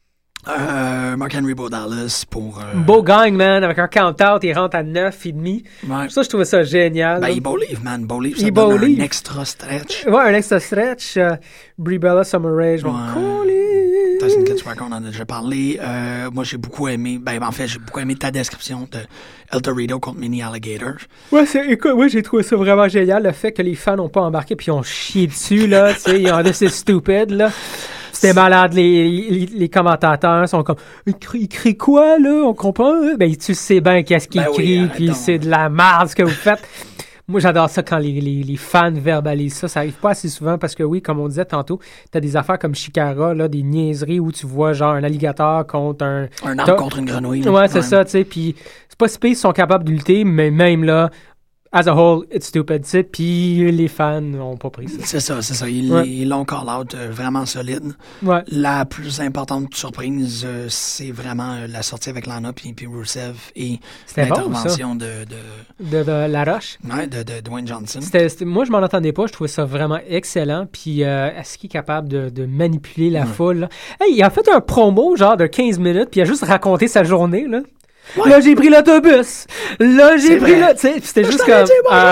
Mark Henry Bo Dallas pour... Beau gang, man, avec un count-out, il rentre à 9,5. Ouais. Ça, je trouvais ça génial. Ben, il believe, man. Believe, ça donne un extra stretch. Ouais, un extra stretch. Brie Bella, Summer Rae, je Tyson Kidd Swagger, on en a déjà parlé. Moi, j'ai beaucoup aimé... j'ai beaucoup aimé ta description de El Torito contre Mini Alligator. Ouais, écoute, j'ai trouvé ça vraiment génial, le fait que les fans n'ont pas embarqué puis ils ont chié dessus, là, tu sais, ils ont dit c'est stupide, là. C'était malade, les commentateurs sont comme il crie quoi là, on comprend? Ben tu sais bien qu'est-ce qu'il crie, puis c'est de la merde ce que vous faites. Moi j'adore ça quand les fans verbalisent ça, ça arrive pas assez souvent parce que oui, comme on disait tantôt, t'as des affaires comme Chikara, là, des niaiseries où tu vois genre un alligator contre un arbre contre une grenouille. Ouais, c'est ça, tu sais, puis c'est pas si pire, ils sont capables de lutter, mais même là, as a whole, it's stupid, tu sais, puis les fans n'ont pas pris ça. C'est ça. Ils l'ont call out vraiment solide. Ouais. La plus importante surprise, c'est vraiment la sortie avec Lana puis Rusev et l'intervention de La Roche. Ouais, de Dwayne Johnson. Moi, je m'en attendais pas. Je trouvais ça vraiment excellent. Puis, est-ce qu'il est capable de manipuler la foule? Là? Hey, il a fait un promo, genre, de 15 minutes, puis il a juste raconté sa journée, là. Ouais. Là, j'ai pris l'autobus. Là, j'ai pris le... Tu sais, c'était juste comme...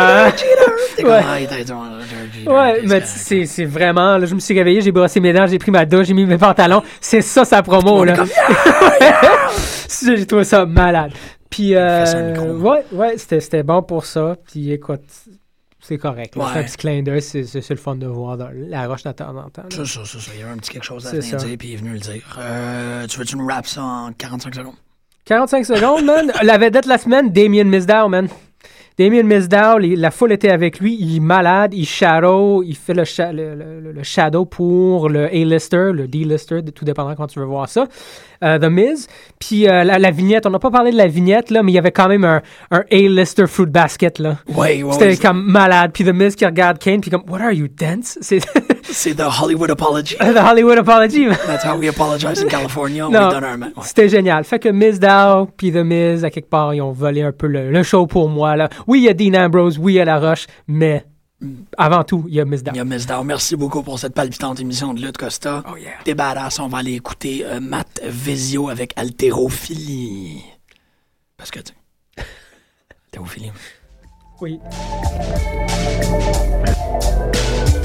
Ouais, mais c'est vraiment... Là, je me suis réveillé, j'ai brossé mes dents, j'ai pris ma douche, j'ai mis mes pantalons. C'est ça, sa promo, là. J'ai trouvé ça malade. Puis, ouais, c'était bon pour ça. Puis, écoute... c'est correct. Ouais. C'est un petit clin d'œil, c'est le fun de voir dans la roche de temps en temps. C'est ça. Il y a un petit quelque chose à C'est venir ça. dire, puis il est venu le dire. Tu veux-tu nous rap ça en 45 secondes? 45 secondes, man. La vedette de la semaine, Damien Mizdow, man. Damien Mizdow, la foule était avec lui, il est malade, il shadow, il fait le shadow pour le A-lister, le D-lister, tout dépendant quand tu veux voir ça, The Miz. Puis la vignette, on n'a pas parlé de la vignette, là, mais il y avait quand même un A-lister fruit basket, là. Ouais. C'était comme malade. Puis The Miz qui regarde Kane, puis comme, what are you, dense? C'est The Hollywood apology. The Hollywood apology. That's how we apologize in California. Non, We done our man. Ouais. c'était génial. Fait que Mizdow puis The Miz, à quelque part, ils ont volé un peu le show pour moi, là. Oui, il y a Dean Ambrose, oui, il y a La Roche, mais avant tout, il y a Mizdow. Il y a Mizdow. Merci beaucoup pour cette palpitante émission de Lutte Costa. Oh yeah. T'es badass. On va aller écouter Matt Vezio avec Haltérophilie. Parce que, tu sais, haltérophilie. Oui.